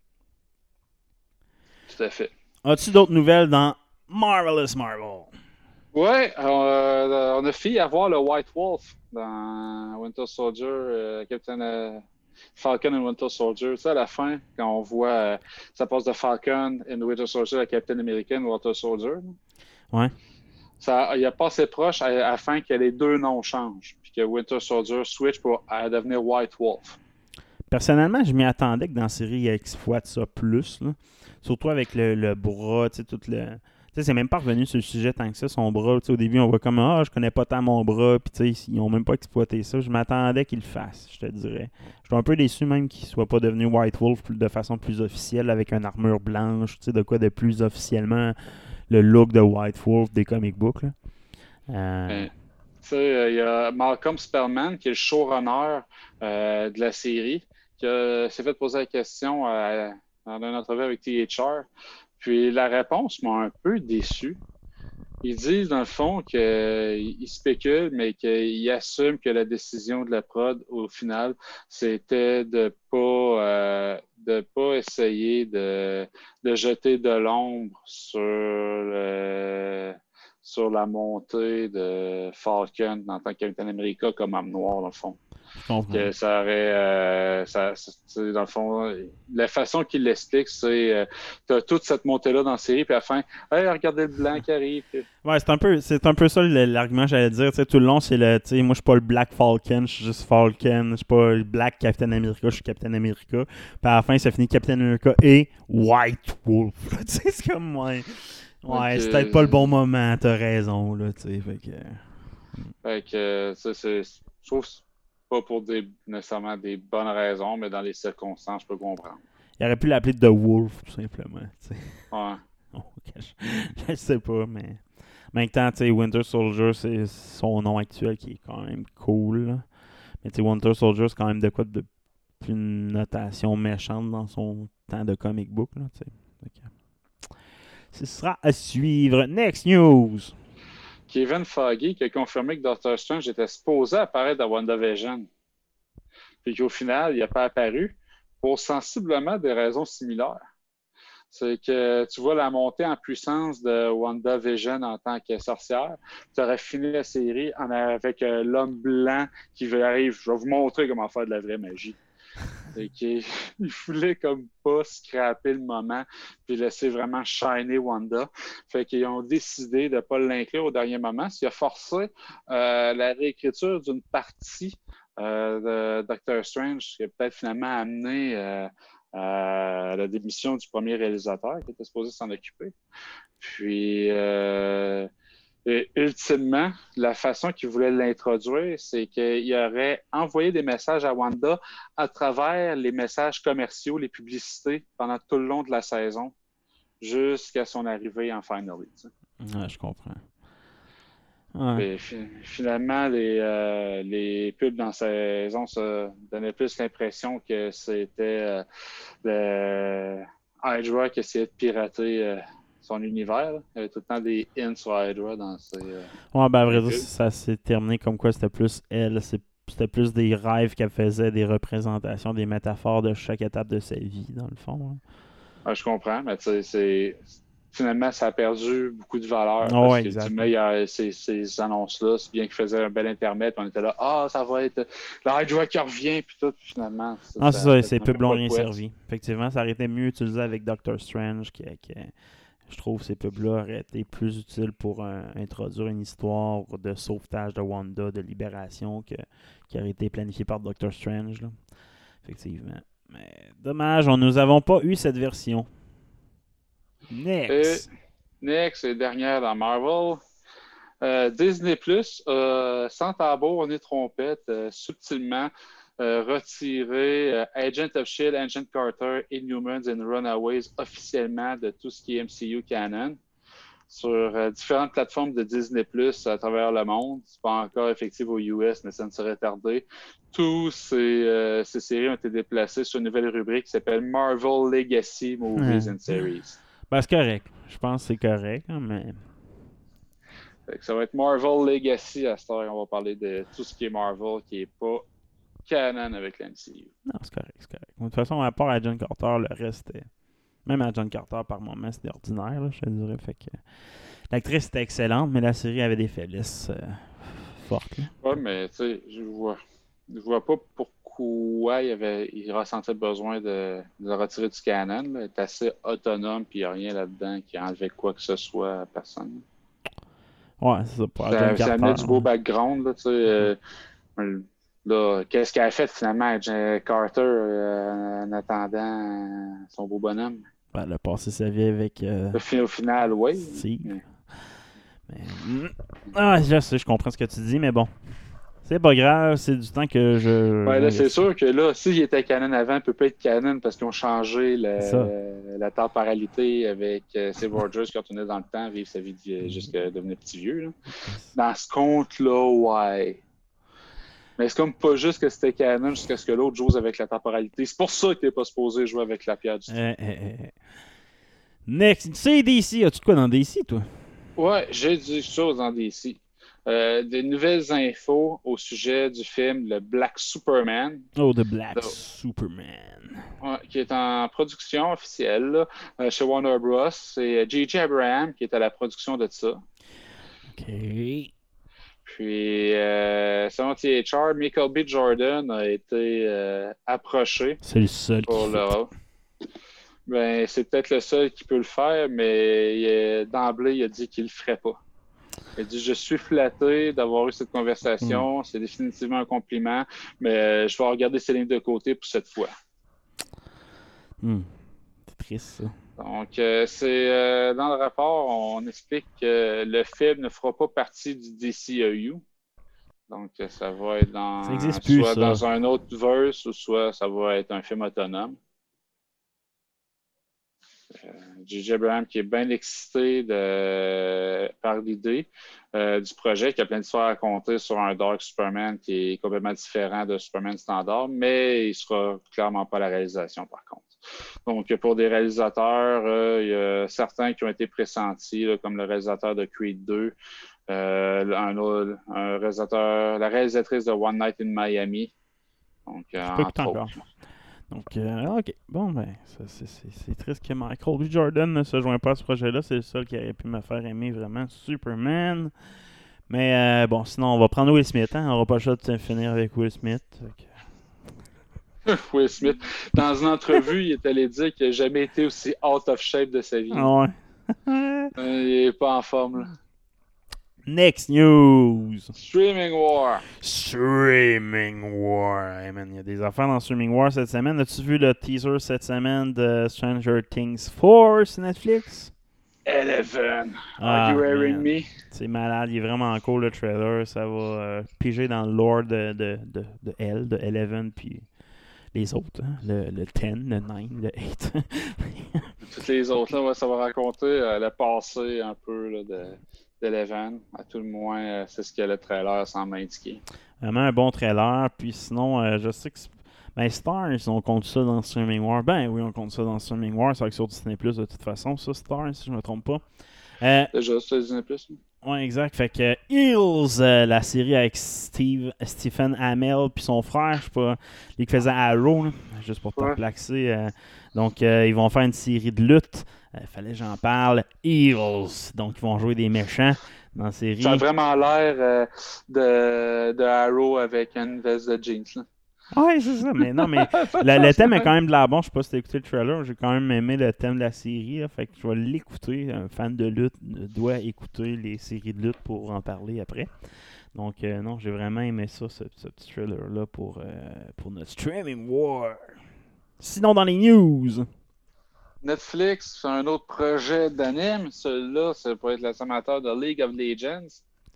Tout à fait. As-tu d'autres nouvelles dans Marvelous Marvel? Ouais, euh, on a fini à voir le White Wolf dans Winter Soldier, euh, Captain euh, Falcon et Winter Soldier. Tu sais, à la fin, quand on voit, euh, ça passe de Falcon et Winter Soldier à Captain American et Winter Soldier. là. Ouais. Ça, il a passé proche à- afin que les deux noms changent, puis que Winter Soldier switch pour à devenir White Wolf. Personnellement, je m'y attendais que dans la série, il exploite ça plus. Là. Surtout avec le, le bras, tu sais, tout le... Tu sais, c'est même pas revenu sur le sujet tant que ça, son bras. Tu sais, au début, on voit comme « Ah, je connais pas tant mon bras. » Puis tu sais, ils ont même pas exploité ça. Je m'attendais qu'ils le fassent, je te dirais. Je suis un peu déçu même qu'il soit pas devenu White Wolf de façon plus officielle avec une armure blanche. Tu sais, de quoi de plus officiellement le look de White Wolf des comic books. Là. Euh... Ben, tu sais, il y a Malcolm Spellman, qui est le showrunner euh, de la série, qui a- s'est fait poser la question euh, dans une entrevue avec T H R. Puis la réponse m'a un peu déçu. Ils disent, dans le fond, qu'ils spéculent, mais qu'ils assument que la décision de la prod, au final, c'était de pas euh, de pas essayer de, de jeter de l'ombre sur le, sur la montée de Falcon en tant que Captain America comme homme noir, dans le fond. Que ça aurait, euh, ça, dans le fond, la façon qu'il l'explique, c'est euh, t'as toute cette montée-là dans la série, puis à la fin, hey, regardez le blanc qui arrive. Puis... Ouais, c'est un peu, c'est un peu ça l'argument que j'allais dire. T'sais, tout le long, c'est le, tu sais, moi je suis pas le Black Falcon, je suis juste Falcon, je suis pas le Black Captain America, je suis Captain America. Puis à la fin, ça finit Captain America et White Wolf. Tu sais, c'est comme ouais, ouais, c'est peut-être pas le bon moment, t'as raison là, tu sais, fait que. Fait que ça, c'est, je trouve. Pas pour des, nécessairement des bonnes raisons, mais dans les circonstances, je peux comprendre. Il aurait pu l'appeler The Wolf, tout simplement. T'sais. Ouais. Oh, je, je sais pas, mais... En même temps, Winter Soldier, c'est son nom actuel qui est quand même cool. Là. Mais Winter Soldier, c'est quand même de quoi de plus une notation méchante dans son temps de comic book. Là, okay. Ce sera à suivre. Next news! Kevin Feige qui a confirmé que Doctor Strange était supposé apparaître dans WandaVision. Puis qu'au final, il n'a pas apparu pour sensiblement des raisons similaires. C'est que tu vois la montée en puissance de WandaVision en tant que sorcière. Tu aurais fini la série en, avec euh, l'homme blanc qui arrive. Je vais vous montrer comment faire de la vraie magie. Et qu'il il voulait comme pas scraper le moment puis laisser vraiment shiner Wanda. Fait qu'ils ont décidé de ne pas l'inclure au dernier moment, ce qui a forcé euh, la réécriture d'une partie euh, de Doctor Strange, qui a peut-être finalement amené euh, à la démission du premier réalisateur qui était supposé s'en occuper. Puis euh, Et ultimement, la façon qu'il voulait l'introduire, c'est qu'il aurait envoyé des messages à Wanda à travers les messages commerciaux, les publicités, pendant tout le long de la saison, jusqu'à son arrivée en finale. Ouais, je comprends. Ouais. Et, finalement, les, euh, les pubs dans la saison se donnaient plus l'impression que c'était euh, le Hydra qui essayait de pirater euh, son univers. Là. Il y avait tout le temps des hints sur Hydra dans ses... Euh, ouais, ben à vrai dire, ça s'est terminé comme quoi c'était plus elle. C'est, c'était plus des rêves qu'elle faisait, des représentations, des métaphores de chaque étape de sa vie, dans le fond. Hein. Ouais, je comprends, mais tu sais, c'est... Finalement, ça a perdu beaucoup de valeur. Oh, parce ouais, que exactement. il y a ces, ces annonces-là, c'est bien qu'ils faisaient un bel intermède, on était là, ah, oh, ça va être la Hydra qui revient, puis tout, puis finalement. Ça, non, ça, c'est ça, ça ces pubs l'ont rien servi. Effectivement, ça aurait été mieux utilisé avec Doctor Strange, qui, qui, je trouve que ces pubs-là auraient été plus utiles pour euh, introduire une histoire de sauvetage de Wanda, de libération, que, qui aurait été planifiée par Doctor Strange. Là. Effectivement. Mais dommage, on, nous avons pas eu cette version. Next. Et, next, et dernière dans Marvel. Euh, Disney Plus, euh, sans tambour ni trompette, euh, subtilement euh, retiré euh, Agent of S H I E L D, Agent Carter, Inhumans and Runaways officiellement de tout ce qui est M C U canon sur euh, différentes plateformes de Disney Plus à travers le monde. C'est pas encore effectif aux U S, mais ça ne serait tardé. Tous ces, euh, ces séries ont été déplacées sur une nouvelle rubrique qui s'appelle Marvel Legacy Movies mmh. and Series. Ben, c'est correct. Je pense que c'est correct, hein, mais... Fait que ça va être Marvel Legacy à cette heure. On va parler de tout ce qui est Marvel qui n'est pas canon avec l'M C U. Non, c'est correct, c'est correct. De toute façon, à part Agent Carter, le reste, était... même Agent Carter, par moment, c'était ordinaire, là, je te dirais. Fait que... L'actrice était excellente, mais la série avait des faiblesses euh, fortes. Là. Ouais, mais tu sais, je vois... je vois pas pourquoi il, avait... il ressentait besoin de, de le retirer du canon. Là. Il est assez autonome, puis il n'y a rien là-dedans qui enlevait quoi que ce soit à personne. Ouais, c'est ça. Pour ça, Agent ça Carter, amenait du beau hein. background, là, tu sais. Euh, là, qu'est-ce qu'elle a fait finalement, Agent Carter, euh, en attendant euh, son beau bonhomme? Ben, elle a passé sa vie avec... Euh... Au final, oui. Si. Mais... Mais... Ah, je sais, je comprends ce que tu dis, mais bon. C'est pas grave, c'est du temps que je... Ouais, là, c'est sûr que là, s'il était canon avant, il peut pas être canon parce qu'ils ont changé le, le, la temporalité avec euh, Steve Rogers qui retournait dans le temps, vivre sa vie de, jusqu'à devenir petit vieux. Là. Dans ce compte-là, ouais. Mais c'est comme pas juste que c'était canon jusqu'à ce que l'autre joue avec la temporalité. C'est pour ça que t'es pas supposé jouer avec la pierre du temps. Eh, eh, eh. Next, c'est D C. As-tu de quoi dans D C, toi? Ouais, j'ai des choses dans D C. Euh, des nouvelles infos au sujet du film Le Black Superman. Oh, The Black Donc, Superman. Ouais, qui est en production officielle là, euh, chez Warner Bros. C'est J J Abrams qui est à la production de ça. OK. Puis, euh, selon T H R, Michael B. Jordan a été euh, approché C'est le seul pour qui le rôle. Ben, c'est peut-être le seul qui peut le faire, mais il a- d'emblée, il a dit qu'il le ferait pas. Il a dit, je suis flatté d'avoir eu cette conversation, Mm. c'est définitivement un compliment, mais euh, je vais regarder ces lignes de côté pour cette fois. Hmm. C'est triste, ça. Donc, euh, c'est euh, dans le rapport, on explique que le film ne fera pas partie du D C E U. Donc, euh, ça va être dans, Ça existe plus, soit ça. dans un autre verse ou soit ça va être un film autonome. Euh, J J Abrams qui est bien excité de, par l'idée euh, du projet, qui a plein d'histoires à raconter sur un Dark Superman qui est complètement différent de Superman standard, mais il ne sera clairement pas à la réalisation par contre. Donc, pour des réalisateurs, euh, il y a certains qui ont été pressentis, là, comme le réalisateur de Creed deux, euh, un, autre- un réalisateur, la réalisatrice de One Night in Miami. Donc, euh, J'ai pas écouté entre encore. autres. Donc, euh, OK. Bon, ben, ça, c'est, c'est, c'est triste que Michael B. Jordan ne se joint pas à ce projet-là. C'est le seul qui aurait pu me faire aimer vraiment Superman. Mais euh, bon, sinon, on va prendre Will Smith. Hein? On n'aura pas le choix de finir avec Will Smith. Okay. Will Smith, dans une entrevue, il est allé dire qu'il n'a jamais été aussi out of shape de sa vie. Ah ouais. Euh, il n'est pas en forme. Là. Next news. Streaming War. Streaming War. Hey man, il y a des affaires dans Streaming War cette semaine. As-tu vu le teaser cette semaine de Stranger Things four sur Netflix? Eleven. Ah, Are you hearing man. me? C'est malade, il est vraiment cool le trailer. Ça va euh, piger dans le lore de, de, de, de Elle, de Eleven, puis les autres. Hein? Le, le dix, le neuf, le huit. Toutes les autres, là, ouais, ça va raconter euh, le passé un peu là, de, d'Eleven. À tout le moins, euh, c'est ce que le trailer semble indiquer. Vraiment un bon trailer. Puis sinon, euh, je sais que c'est- ben, Stars, on compte ça dans Streaming War. Ben oui, on compte ça dans Streaming War. Ça va être sur Disney Plus de toute façon, ça, Stars, si je me trompe pas. Euh, Déjà, c'est Disney plus. ouais, exact. Fait que Heels, euh, la série avec Steve, Stephen Amell puis son frère, je sais pas, lui qui faisait Arrow, là, juste pour te Ouais. plaxer. euh, donc, euh, ils vont faire une série de lutte. Euh, fallait que j'en parle. Heels. Donc, ils vont jouer des méchants dans la série. Ça a vraiment l'air euh, de, de Arrow avec une veste de jeans. Là. Ouais, c'est ça. Mais non, mais le, le thème est quand même de la bon. Je sais pas si t'as écouté le trailer. J'ai quand même aimé le thème de la série. Là, fait que je vais l'écouter. Un fan de lutte doit écouter les séries de lutte pour en parler après. Donc, euh, non, j'ai vraiment aimé ça, ce, ce petit trailer-là pour, euh, pour notre Streaming War. Sinon, dans les news. Netflix, c'est un autre projet d'anime. Celui-là, ça pourrait être les amateurs de League of Legends.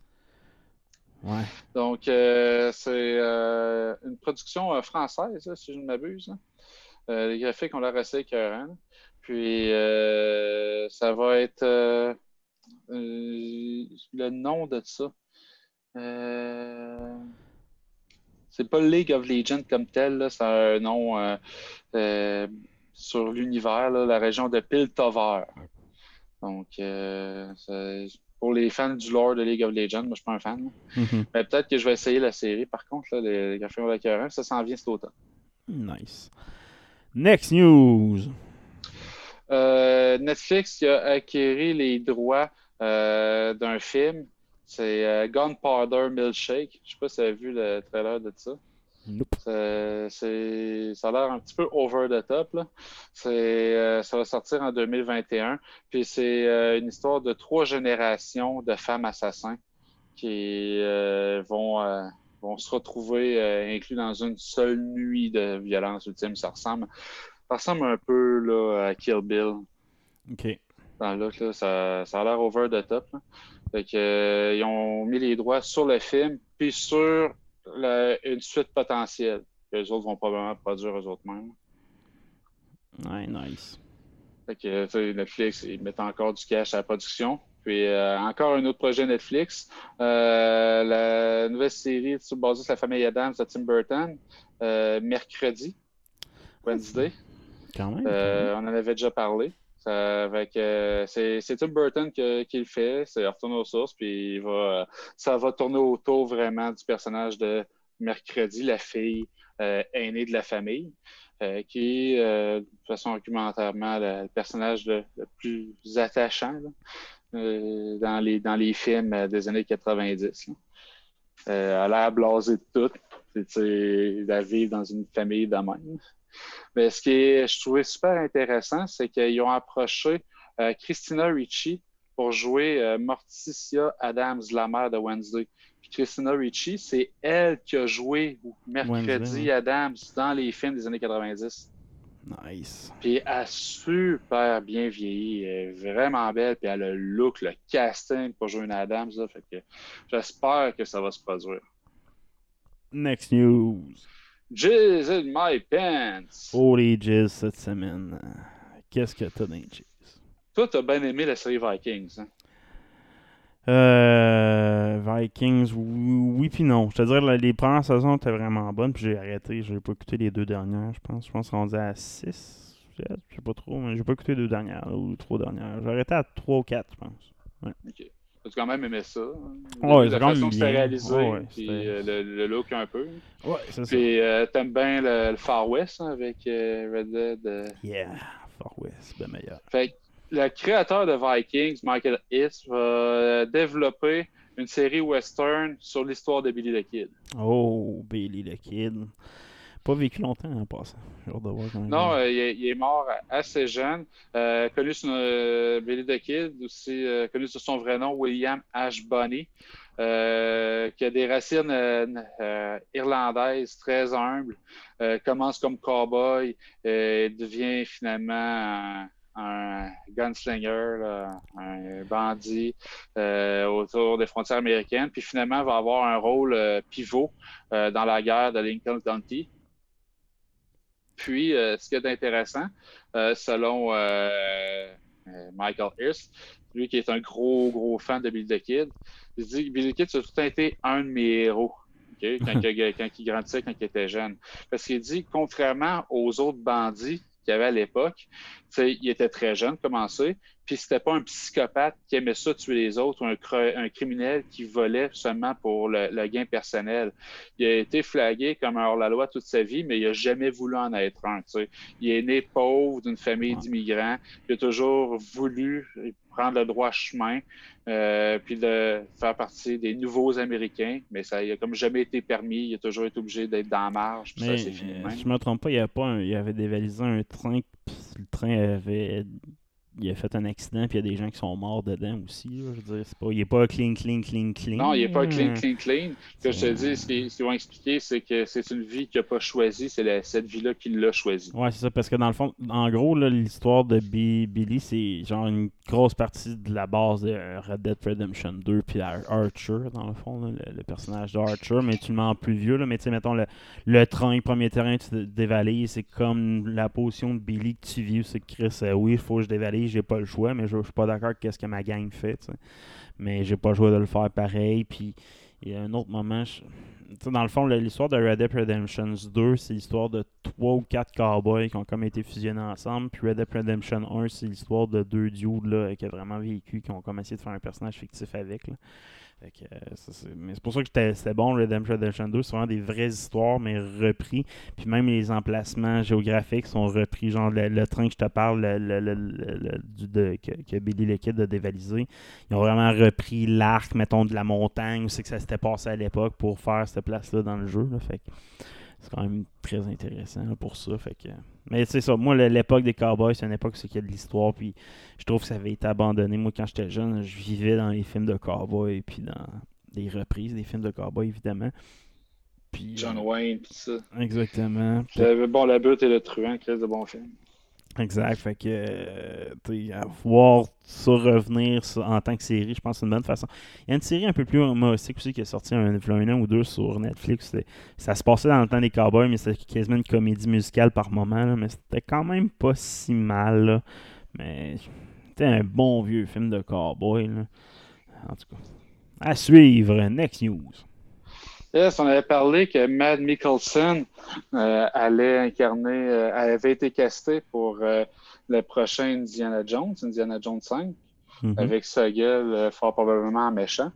Ouais. Donc, euh, c'est euh, une production euh, française, là, si je ne m'abuse. Là. Euh, les graphiques ont l'air assez écœurants. Puis, euh, ça va être euh, euh, le nom de ça. Euh, c'est pas League of Legends comme tel, là, c'est un nom euh, euh, sur l'univers, là, la région de Piltover. Donc, euh, c'est- pour les fans du lore de League of Legends, moi je suis pas un fan. là. Mhm. Mais peut-être que je vais essayer la série, par contre, là, les, les graphiques avec un, ça s'en vient cet automne. Nice. Next news. Euh, Netflix qui a acquéri les droits euh, d'un film. C'est euh, Gunpowder Milkshake. Je sais pas si tu as vu le trailer de ça. Nope. C'est, c'est- ça a l'air un petit peu over the top. Là. C'est, euh, ça va sortir en deux mille vingt et un. Puis c'est euh, une histoire de trois générations de femmes assassins qui euh, vont, euh, vont se retrouver euh, inclus dans une seule nuit de violence ultime. Ça ressemble, ça ressemble un peu là, à Kill Bill. OK. Dans le look, là, ça, ça a l'air over the top. Là. Fait que, euh, ils ont mis les droits sur le film, puis sur la- une suite potentielle. Que les autres vont probablement produire eux autres mêmes. Ouais, nice. Fait que, tu sais, Netflix, ils mettent encore du cash à la production. Puis euh, encore un autre projet Netflix. Euh, la nouvelle série sur basée sur la famille Adams de Tim Burton. Euh, mercredi. Wednesday. Quand même. Euh, on en avait déjà parlé. Ça, avec, euh, c'est, c'est Tim Burton que, qui le fait, c'est retourné aux sources, puis il va, ça va tourner autour vraiment du personnage de Mercredi, la fille euh, aînée de la famille, euh, qui est, euh, de façon argumentairement, le, le personnage le, le plus attachant là, euh, dans, les, dans les films des années quatre-vingt-dix. Là. Euh, elle a l'air blasée de tout, c'est de vivre dans une famille de même. Mais ce qui est, je trouvais super intéressant, c'est qu'ils ont approché euh, Christina Ricci pour jouer euh, Morticia Addams, la mère de Wednesday. Puis Christina Ricci, c'est elle qui a joué Mercredi Wednesday, Addams dans les films des années quatre-vingt-dix. Nice. Puis elle a super bien vieilli, elle est vraiment belle, puis elle a le look, le casting pour jouer une Addams. Là, fait que j'espère que ça va se produire. Next news. Jizz in my pants. Oh les Jizz cette semaine. Qu'est-ce que t'as dans les Jizz? Toi, t'as bien aimé la série Vikings, hein? Euh, Vikings, oui, oui puis non. Je te dire, les premières saisons étaient vraiment bonnes, puis j'ai arrêté. J'ai pas écouté les deux dernières, je pense. Je pense qu'on est à six. Je sais pas trop, mais j'ai pas écouté les deux dernières, ou les trois dernières. J'ai arrêté à trois ou quatre, je pense. Ouais. Ok. Tu quand même aimé ça. Hein? Ouais, la façon façon que c'était réalisé, ouais, ouais, puis c'était... euh, le, le look un peu. Ouais, c'est ça. Puis euh, t'aimes bien le, le Far West hein, avec euh, Red Dead. Euh... Yeah, Far West, c'est bien meilleur. Fait que le créateur de Vikings, Michael Hiss, va développer une série western sur l'histoire de Billy the Kid. Oh, Billy the Kid. Pas vécu longtemps en passant. J'ai hâte de voir quand même. Non, euh, il, est, il est mort assez jeune. Euh, connu sur euh, Billy the Kid, aussi euh, connu sur son vrai nom, William H. Bonney, euh, qui a des racines euh, euh, irlandaises très humbles. Euh, commence comme cowboy et devient finalement un, un gunslinger, là, un bandit euh, autour des frontières américaines. Puis finalement, va avoir un rôle euh, pivot euh, dans la guerre de Lincoln County. Puis, euh, ce qui est intéressant, euh, selon euh, Michael Hiss, lui qui est un gros, gros fan de Billy the Kid, il dit que Billy the Kid, ça a tout été un de mes héros okay, quand, il, quand il grandissait, quand il était jeune. Parce qu'il dit, contrairement aux autres bandits qu'il y avait à l'époque, il était très jeune, commencé, puis c'était pas un psychopathe qui aimait ça tuer les autres ou un, un criminel qui volait seulement pour le, le gain personnel. Il a été flagué comme un hors-la-loi toute sa vie, mais il a jamais voulu en être un. T'sais. Il est né pauvre d'une famille d'immigrants, il a toujours voulu prendre le droit chemin, euh, puis de faire partie des nouveaux Américains, mais ça n'a comme jamais été permis, il a toujours été obligé d'être dans la marge, puis mais, ça c'est fini de même. Si je me trompe pas, il y avait, pas un, il avait dévalisé un train, puis le train avait... Il a fait un accident, puis il y a des gens qui sont morts dedans aussi. Là. Je veux dire, c'est pas, il n'est pas clean, clean, clean, clean. Non, il n'est pas clean, clean, clean. Ce que je te dis, ce qu'ils vont expliquer, c'est que c'est une vie qu'il n'a pas choisie, c'est la, cette vie-là qu'il l'a choisie. Ouais, c'est ça, parce que dans le fond, en gros, là, l'histoire de B- Billy, c'est genre une grosse partie de la base de Red Dead Redemption deux, puis Archer, dans le fond, là, le, le personnage d'Archer, mais tu le mets en plus vieux, là, mais tu sais, mettons, le, le train, premier terrain, tu dévalises, c'est comme la potion de Billy que tu vis, c'est que Chris, euh, oui, il faut que je dévalise, j'ai pas le choix, mais je, je suis pas d'accord avec ce que ma gang fait, t'sais. Mais j'ai pas le choix de le faire pareil, puis il y a un autre moment, je... dans le fond, l'histoire de Red Dead Redemption deux, c'est l'histoire de trois ou quatre cowboys qui ont comme été fusionnés ensemble, puis Red Dead Redemption un, c'est l'histoire de deux dudes là, qui ont vraiment vécu, qui ont comme essayé de faire un personnage fictif avec, là. Fait que, euh, ça, c'est... Mais c'est pour ça que c'était bon, Red Dead Redemption deux, c'est vraiment des vraies histoires, mais repris. Puis même les emplacements géographiques sont repris, genre le, le train que je te parle, le, le, le, le, du, de, que, que Billy the Kid a dévalisé. Ils ont vraiment repris l'arc, mettons, de la montagne, où c'est que ça s'était passé à l'époque pour faire cette place-là dans le jeu. Là. Fait que c'est quand même très intéressant là, pour ça. Fait que... Mais c'est ça, moi, l'époque des cowboys, c'est une époque où il y a de l'histoire, puis je trouve que ça avait été abandonné. Moi, quand j'étais jeune, je vivais dans les films de cowboys, puis dans des reprises des films de cowboys, évidemment. Puis, John Wayne, tout ça. Exactement. J'avais Bon la Butte et le Truand, qui reste de bons films. Exact, fait que euh, à voir ça revenir ça, en tant que série, je pense que c'est une bonne façon. Il y a une série un peu plus humoristique aussi qui est sortie un, un an ou deux sur Netflix. Ça se passait dans le temps des cowboys, mais c'était quasiment une comédie musicale par moment, là, mais c'était quand même pas si mal. Là. Mais c'était un bon vieux film de cowboy. Là. En tout cas, à suivre, next news. Yes, on avait parlé que Mads Mikkelsen euh, allait incarner, euh, avait été casté pour euh, le prochain Indiana Jones, Indiana Jones cinq, Mm-hmm. avec sa gueule euh, fort probablement méchant.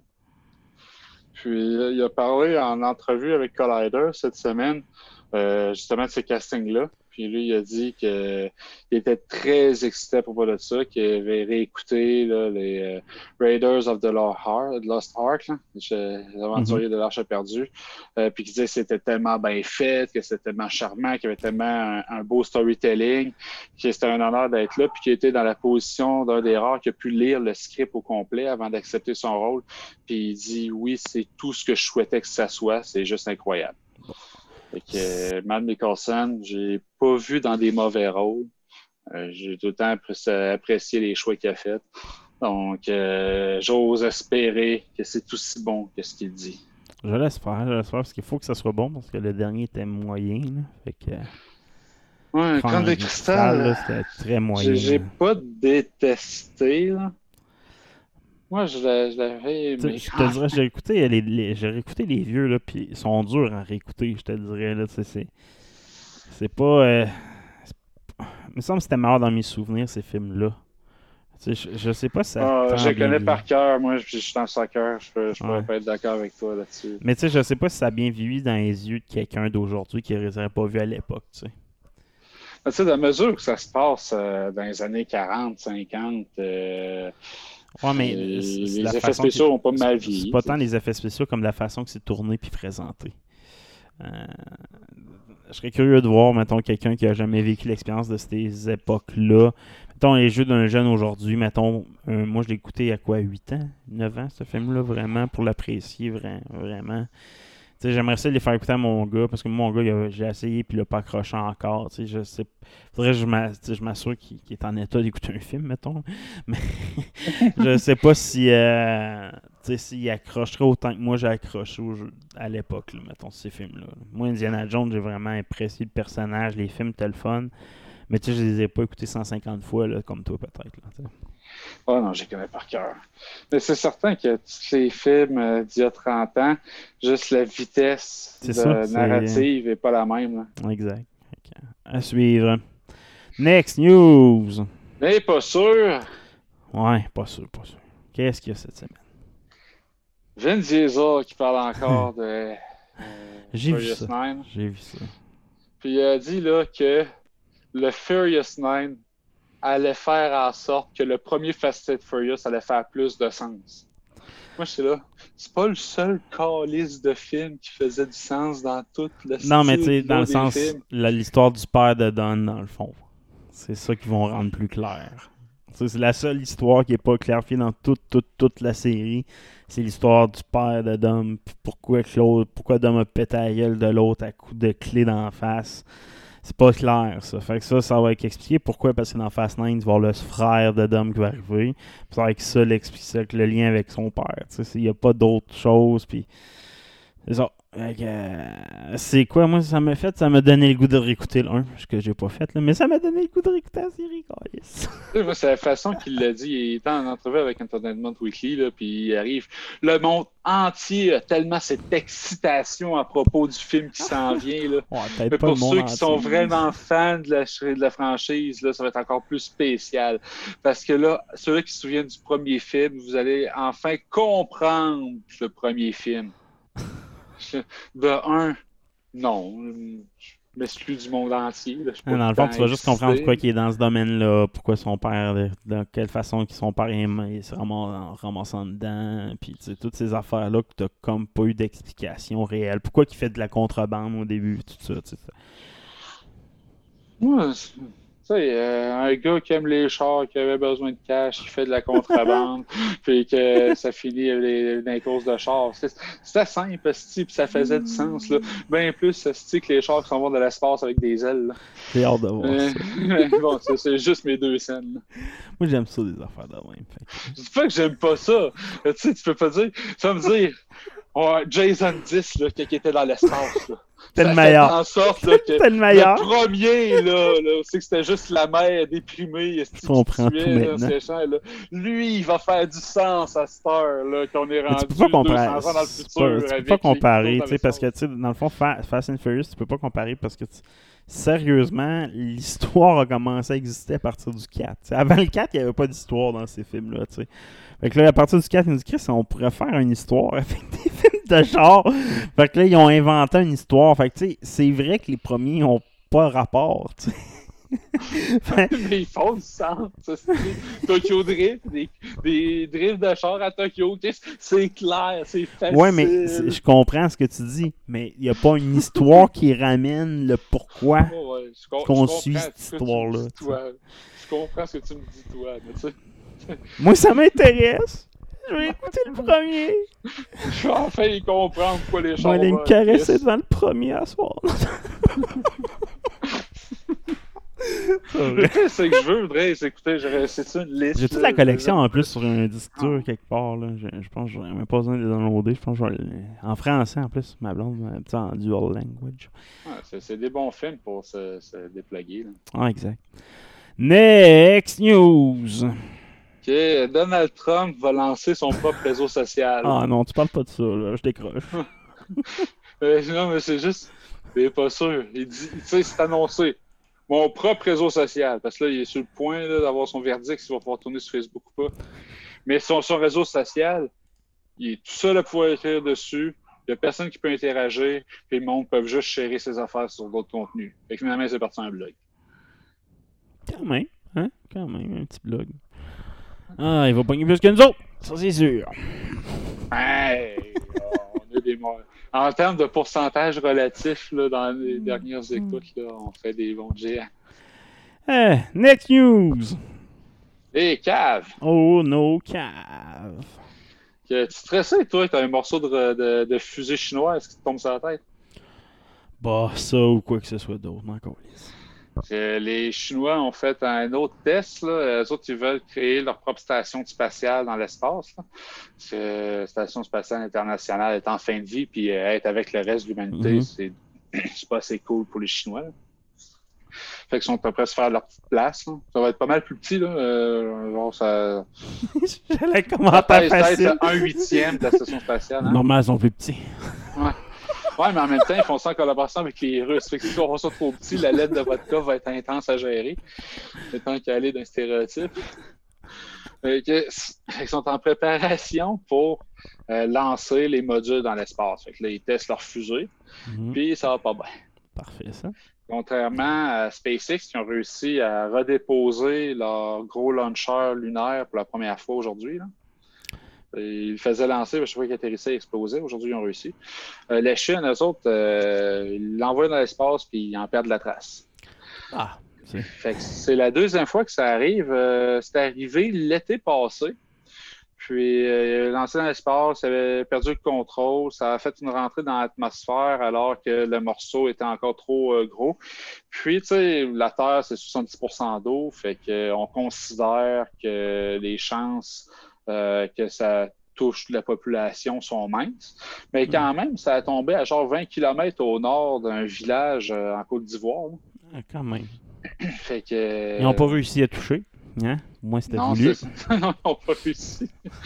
Puis euh, il a parlé en entrevue avec Collider cette semaine, euh, justement de ce casting-là. Puis lui, il a dit qu'il était très excité à propos de ça, qu'il avait réécouté là, les euh, Raiders of the Lost Ark, Lost Ark là, les aventuriers mm-hmm. de l'Arche perdue, euh, puis qu'il disait que c'était tellement bien fait, que c'était tellement charmant, qu'il y avait tellement un, un beau storytelling, que c'était un honneur d'être là, puis qu'il était dans la position d'un des rares qui a pu lire le script au complet avant d'accepter son rôle. Puis il dit « Oui, c'est tout ce que je souhaitais que ça soit, c'est juste incroyable. » Fait que euh, Matt Mikkelsen, j'ai pas vu dans des mauvais rôles. Euh, j'ai tout le temps apprécié les choix qu'il a fait. Donc, euh, j'ose espérer que c'est aussi bon que ce qu'il dit. Je l'espère, je l'espère, parce qu'il faut que ça soit bon, parce que le dernier était moyen. Là. Fait que... Ouais, Crâne de cristal, c'était très moyen. J'ai, j'ai pas détesté, là. Moi, je l'avais aimé. Je te dirais, j'ai écouté les, les, j'ai réécouté les vieux, là, puis ils sont durs à réécouter, je te dirais, là, c'est, c'est, c'est pas... Euh, c'est, il me semble que c'était meilleur dans mes souvenirs, ces films-là. Je, je sais pas si ça... Ah, je les connais vu. Par cœur, moi, je, je suis en soccer, je, peux, je ouais. pourrais pas être d'accord avec toi là-dessus. Mais tu sais, je sais pas si ça a bien vieilli dans les yeux de quelqu'un d'aujourd'hui qui ne les aurait pas vus à l'époque, tu sais. Tu sais, à mesure que ça se passe euh, dans les années quarante, cinquante... Euh, Ouais, mais les, les effets spéciaux n'ont pas mal vieilli. C'est pas tant les effets spéciaux comme la façon que c'est tourné puis présenté. Euh, je serais curieux de voir, mettons, quelqu'un qui a jamais vécu l'expérience de ces époques-là. Mettons, les jeux d'un jeune aujourd'hui, mettons, euh, moi je l'ai écouté à quoi, huit ans, neuf ans, ce film-là, vraiment, pour l'apprécier, vraiment. vraiment. T'sais, j'aimerais ça les faire écouter à mon gars, parce que mon gars, il a, j'ai essayé, puis il n'a pas accroché encore. T'sais, je sais, faudrait que je, m'a, je m'assure qu'il, qu'il est en état d'écouter un film, mettons. Mais je sais pas si euh, s'il accrocherait autant que moi j'ai accroché au jeu, à l'époque, là, mettons, ces films-là. Moi, Indiana Jones, j'ai vraiment apprécié le personnage, les films, c'était le fun. Mais tu sais, je les ai pas écoutés cent cinquante fois, là, comme toi, peut-être. Là, oh non, je les connais par cœur. Mais c'est certain que tous les films euh, d'il y a trente ans, juste la vitesse c'est de ça, narrative n'est pas la même. Là. Exact. Okay. À suivre. Next news. Mais pas sûr. Ouais, pas sûr, pas sûr. Qu'est-ce qu'il y a cette semaine? Vin Diesel qui parle encore de euh, J'ai Furious vu ça. Nine. J'ai vu ça. Puis il a dit là que le Furious Nine allait faire en sorte que le premier Fast and Furious allait faire plus de sens. Moi, je suis là. C'est pas le seul calice de film qui faisait du sens dans toute le style. Non, mais tu sais, dans le des sens, la, l'histoire du père de Don, dans le fond. C'est ça qui vont rendre plus clair. T'sais, c'est la seule histoire qui n'est pas clarifiée dans toute, toute, toute la série. C'est l'histoire du père de Dom. Puis pourquoi Claude, pourquoi Dom a pété la gueule de l'autre à coups de clé dans la face. C'est pas clair, ça. Fait que ça, ça va être expliqué. Pourquoi? Parce que dans Fast Nine, tu vas voir le frère de Dom qui va arriver. Puis ça va être ça, l'explique, le lien avec son père. Il n'y a pas d'autre chose. Puis c'est ça. Fait que, euh, c'est quoi, moi, ça m'a fait? Ça m'a donné le goût de réécouter le un, ce que j'ai pas fait, là, mais ça m'a donné le goût de réécouter la série, yes. Moi, c'est la façon qu'il l'a dit. Il était en entrevue avec Entertainment Weekly, là, puis il arrive. Le monde entier a tellement cette excitation à propos du film qui s'en vient. Là. Ouais, mais pas pour le ceux monde qui entier. sont vraiment fans de la, de la franchise, là, ça va être encore plus spécial. Parce que là, ceux-là qui se souviennent du premier film, vous allez enfin comprendre le premier film. De un, non, je m'exclus du monde entier. Là, ah, dans le fond, tu vas juste comprendre pourquoi il est dans ce domaine-là, pourquoi son père, de, de quelle façon son père est, il se ramasse, ramassant dedans, puis toutes ces affaires-là que tu n'as comme pas eu d'explication réelle. Pourquoi il fait de la contrebande au début, tout ça, tu sais. Moi, tu sais, euh, un gars qui aime les chars, qui avait besoin de cash, qui fait de la contrebande, puis que ça finit les, dans les courses de chars. C'est, c'était simple, puis ça faisait du sens. Là. Bien plus que les chars qui s'en vont de l'espace avec des ailes. Là. J'ai hâte de voir euh, ça. Bon, c'est, c'est juste mes deux scènes. Là. Moi, j'aime ça, des affaires de même. Fait. Je dis pas que j'aime pas ça. Tu sais, tu peux pas dire... Tu vas me dire... Ouais, Jason dix, là, qui était dans l'espace, là. T'es le ça meilleur. fait en sorte là, que T'es le meilleur. le premier, là, là, c'est que c'était juste la mère déprimée. Je comprends tout maintenant. Là, là. Lui, il va faire du sens à cette heure là, qu'on est rendu tu peux pas comparer. deux cents ans dans le Tu futur. peux, tu peux pas comparer, tu sais, parce que, tu sais, dans le fond, Fa- Fast and Furious, tu peux pas comparer parce que, tu- sérieusement, l'histoire a commencé à exister à partir du quatre. T'sais, avant le quatre, il n'y avait pas d'histoire dans ces films-là, tu sais. Fait que là, à partir du quatre, ils nous disent, Chris, on pourrait faire une histoire avec des films de genre. Fait que là, ils ont inventé une histoire. Fait que, tu sais, c'est vrai que les premiers n'ont pas rapport, tu sais. Mais ils font du sens. Ça, c'est Tokyo Drift, des, des drifts de char à Tokyo, c'est clair, c'est facile. Ouais, mais je comprends ce que tu dis, mais il n'y a pas une histoire qui ramène le pourquoi oh, ouais, je com- qu'on je suit cette histoire-là. Je comprends ce que tu me dis, toi, mais tu sais. Moi, ça m'intéresse. Je vais écouter le premier. Je vais enfin y comprendre pourquoi les Je chars vais aller vont me en caresser crise. devant le premier à soir. Le pire, c'est que je veux, Dre, c'est écouter, j'aurais- c'est une liste. J'ai toute là, la collection je- en plus sur un disque dur quelque part. Là. Je, je pense que j'aurais même pas besoin de les downloader. Je pense que je vais le- en français en plus. Ma blonde m'a dit en dual language. Ouais, c'est, c'est des bons films pour se, se dépluguer. Là. Ah, exact. Next news. Ok, Donald Trump va lancer son propre réseau social. Ah non, tu parles pas de ça, là. Je décroche. Euh, non, mais c'est juste. Il est pas sûr. Il dit, tu sais, c'est annoncé. Mon propre réseau social. Parce que là, il est sur le point là, d'avoir son verdict s'il va pouvoir tourner sur Facebook ou pas. Mais son, son réseau social, il est tout seul à pouvoir écrire dessus. Il n'y a personne qui peut interagir. Puis le monde peut juste gérer ses affaires sur d'autres contenus. Fait que finalement, c'est parti un blog. Quand même, hein? Quand même, un petit blog. Ah, il va pogner plus que nous autres. Ça, c'est sûr. Hey! Oh, on a des morts. En termes de pourcentage relatif, là, dans les dernières écoutes, là, on fait des bons géants. Eh, next news. Hé, hey, cave! Oh, no, cave. Que, tu stressais, toi, que t'as un morceau de, de, de fusée chinoise qui te tombe sur la tête? Bah, ça ou quoi que ce soit d'autre, encore. Que les Chinois ont fait un autre test. Là. Eux autres, ils veulent créer leur propre station spatiale dans l'espace. Là. Parce que la Station spatiale internationale est en fin de vie, puis euh, être avec le reste de l'humanité, Mm-hmm. c'est, c'est pas assez cool pour les Chinois. Là. Fait qu'ils sont à peu près à se faire leur petite place. Là. Ça va être pas mal plus petit. Là. Euh, genre, ça... J'allais commenter facile. un huitième de la station spatiale. Hein? Normalement, ils sont plus petits. Ouais. Ouais, mais en même temps, ils font ça en collaboration avec les Russes. Fait que si on voit ça trop petit, la lettre de vodka va être intense à gérer. C'est tant qu'à aller d'un stéréotype. Fait que, ils sont en préparation pour euh, lancer les modules dans l'espace. Fait que là, ils testent leur fusée, Mm-hmm. puis ça va pas bien. Parfait, ça. Contrairement à SpaceX, qui ont réussi à redéposer leur gros launcher lunaire pour la première fois aujourd'hui. Là. Ils le faisaient lancer, je sais pas qu'ils atterrissaient et explosaient. Aujourd'hui, ils ont réussi. Euh, les Chines, eux autres, euh, ils l'envoient dans l'espace puis ils en perdent la trace. Ah, c'est... Fait que c'est la deuxième fois que ça arrive. Euh, c'est arrivé l'été passé. Puis, euh, lancé dans l'espace, il avait perdu le contrôle. Ça a fait une rentrée dans l'atmosphère alors que le morceau était encore trop euh, gros. Puis, tu sais, la Terre, c'est soixante-dix pour cent d'eau. Fait qu'on considère que les chances Euh, que ça touche la population sont minces. Mais quand même, ça a tombé à genre vingt kilomètres au nord d'un village euh, en Côte d'Ivoire. Là. Ah, quand même. Fait que, Ils n'ont pas réussi à toucher. Hein? Moi, c'était non, voulu. c'est... non, ils n'ont pas réussi.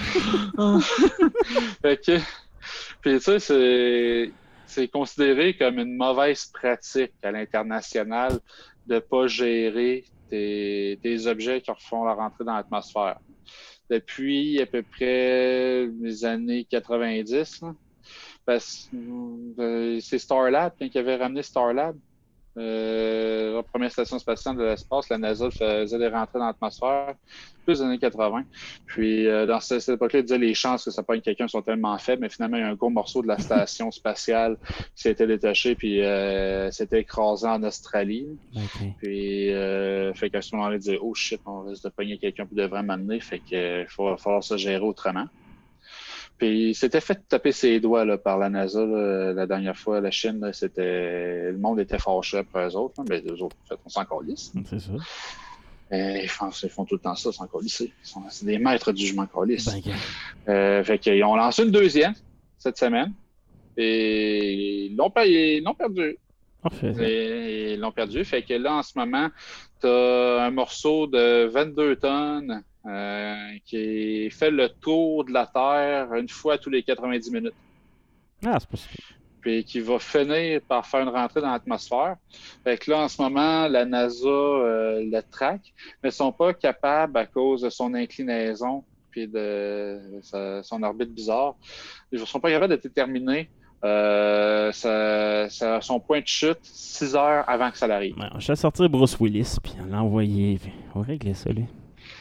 Fait que, puis tu sais, c'est... c'est considéré comme une mauvaise pratique à l'international de ne pas gérer tes... tes objets qui refont la rentrée dans l'atmosphère. Depuis à peu près les années quatre-vingt-dix. Là, parce que euh, c'est Starlab, quand ils avaient ramené Starlab, euh, la première station spatiale de l'espace, la NASA faisait des rentrées dans l'atmosphère, plus des années quatre-vingts. Puis euh, dans cette, cette époque-là, ils disaient les chances que ça pogne quelqu'un sont tellement faibles, mais finalement, il y a un gros morceau de la station spatiale qui s'était détaché, puis euh, s'était écrasé en Australie. Okay. Puis, euh, fait qu'à ce moment-là, ils disaient, oh shit, on risque de pogner quelqu'un qui devrait m'amener, fait qu'il euh, va falloir se gérer autrement. Puis, il s'était fait taper ses doigts là, par la NASA là, la dernière fois. La Chine, là, c'était... le monde était fâché après eux autres. Là, mais les autres, en fait, on s'en calisse. C'est ça. Et ils, font, ils font tout le temps ça, sans calisser. C'est des maîtres du jugement calisse. Ben, okay. euh, fait qu'ils ont lancé une deuxième cette semaine. Et ils l'ont, ils l'ont perdu. Parfait. Et ils l'ont perdu. Fait que là, en ce moment, tu as un morceau de vingt-deux tonnes euh, qui fait le tour de la Terre une fois tous les quatre-vingt-dix minutes. Ah, c'est possible. Puis qui va finir par faire une rentrée dans l'atmosphère. Fait que là, en ce moment, la NASA euh, le traque, mais ils ne sont pas capables, à cause de son inclinaison puis de sa, son orbite bizarre, ils ne sont pas capables de déterminer euh, sa, sa, son point de chute six heures avant que ça l'arrive. Ouais, je vais sortir Bruce Willis, puis on l'a envoyé. On va régler ça, lui.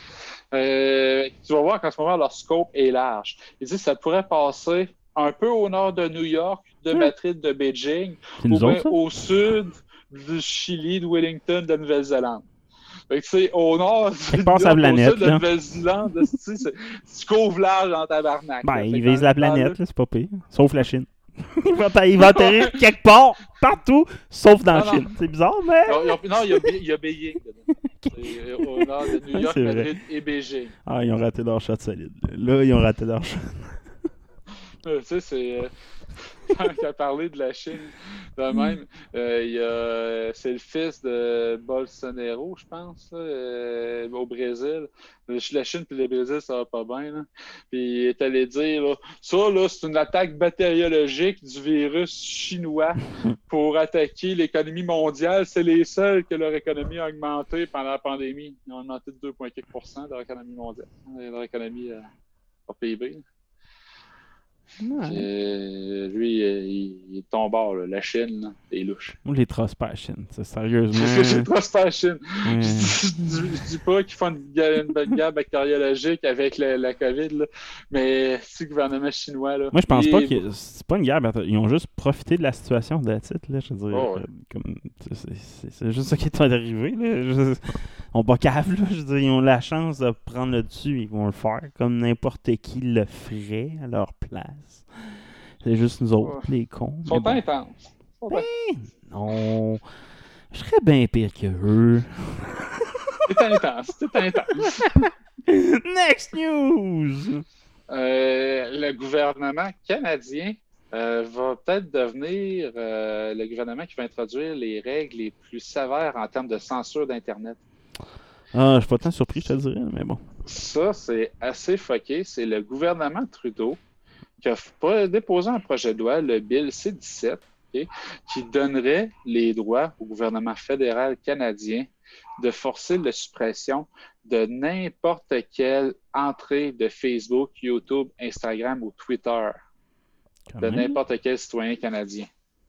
Euh, tu vas voir qu'en ce moment, leur scope est large. Ils disent que ça pourrait passer un peu au nord de New York, de Hum. Madrid, de Beijing, C'est ou nous bien autres, ça? au sud du Chili, de Wellington, de Nouvelle-Zélande. Fait que c'est au nord Fait du que passe la planète, au sud de là. Nouvelle-Zélande, tu sais, tu couvres large en tabarnak. Ben, là. Fait il que vise dans- la dans planète, le- là, c'est pas pire. Sauf la Chine. il va atter- il va atterrir quelque part, partout, sauf dans la Non, Chine. non. C'est bizarre, mais... Non, il y a- non, il y a, Be- il y a Beijing dedans. C'est au nord de New Ouais, York, c'est vrai. Madrid et Beijing. Ah, ils ont raté leur shot solide. Là, ils ont raté leur shot. Euh, tu sais, c'est. euh, Quand il a parlé de la Chine de même, euh, il y a, c'est le fils de Bolsonaro, je pense, là, euh, au Brésil. La Chine et le Brésil, ça va pas bien. Là. Puis il est allé dire là, ça, là, c'est une attaque bactériologique du virus chinois pour attaquer l'économie mondiale. C'est les seuls que leur économie a augmenté pendant la pandémie. Ils ont augmenté de deux virgule quatre pour cent de leur économie mondiale, leur économie euh, au P I B. Là. Ouais. Euh, lui, euh, il, il est tombard, là. La Chine, là, c'est louche. Moi, je les trace pas à la Chine. C'est sérieusement. Je ne trace pas la Chine. Ouais. Je, dis, je dis- je dis pas qu'ils font une, guerre- une bonne guerre bactériologique avec la, la COVID, là, mais c'est le gouvernement chinois. Là, Moi, je pense il- pas que c'est pas une guerre. bactéri- Ils ont juste profité de la situation de la titre, là. Je veux dire, Oh, ouais. euh, comme, c'est, c'est- c'est juste ça qui est arrivé, là. Je- Ils ont pas câble, là. Je veux dire, ils ont la chance de prendre le dessus, ils vont le faire comme n'importe qui le ferait à leur place. C'est juste nous autres, Ouais. les cons. Ils sont Mais bon. intenses. Ils sont intenses. Non, je serais bien pire que eux. C'est intense. C'est intense. Next news! Euh, le gouvernement canadien euh, va peut-être devenir euh, le gouvernement qui va introduire les règles les plus sévères en termes de censure d'Internet. Ah, je suis pas tant surpris, je te dirais, mais bon. Ça, c'est assez fucké. C'est le gouvernement Trudeau qui a pas déposé un projet de loi, le Bill C dix-sept, okay, qui donnerait les droits au gouvernement fédéral canadien de forcer la suppression de n'importe quelle entrée de Facebook, YouTube, Instagram ou Twitter Quand de même. n'importe quel citoyen canadien.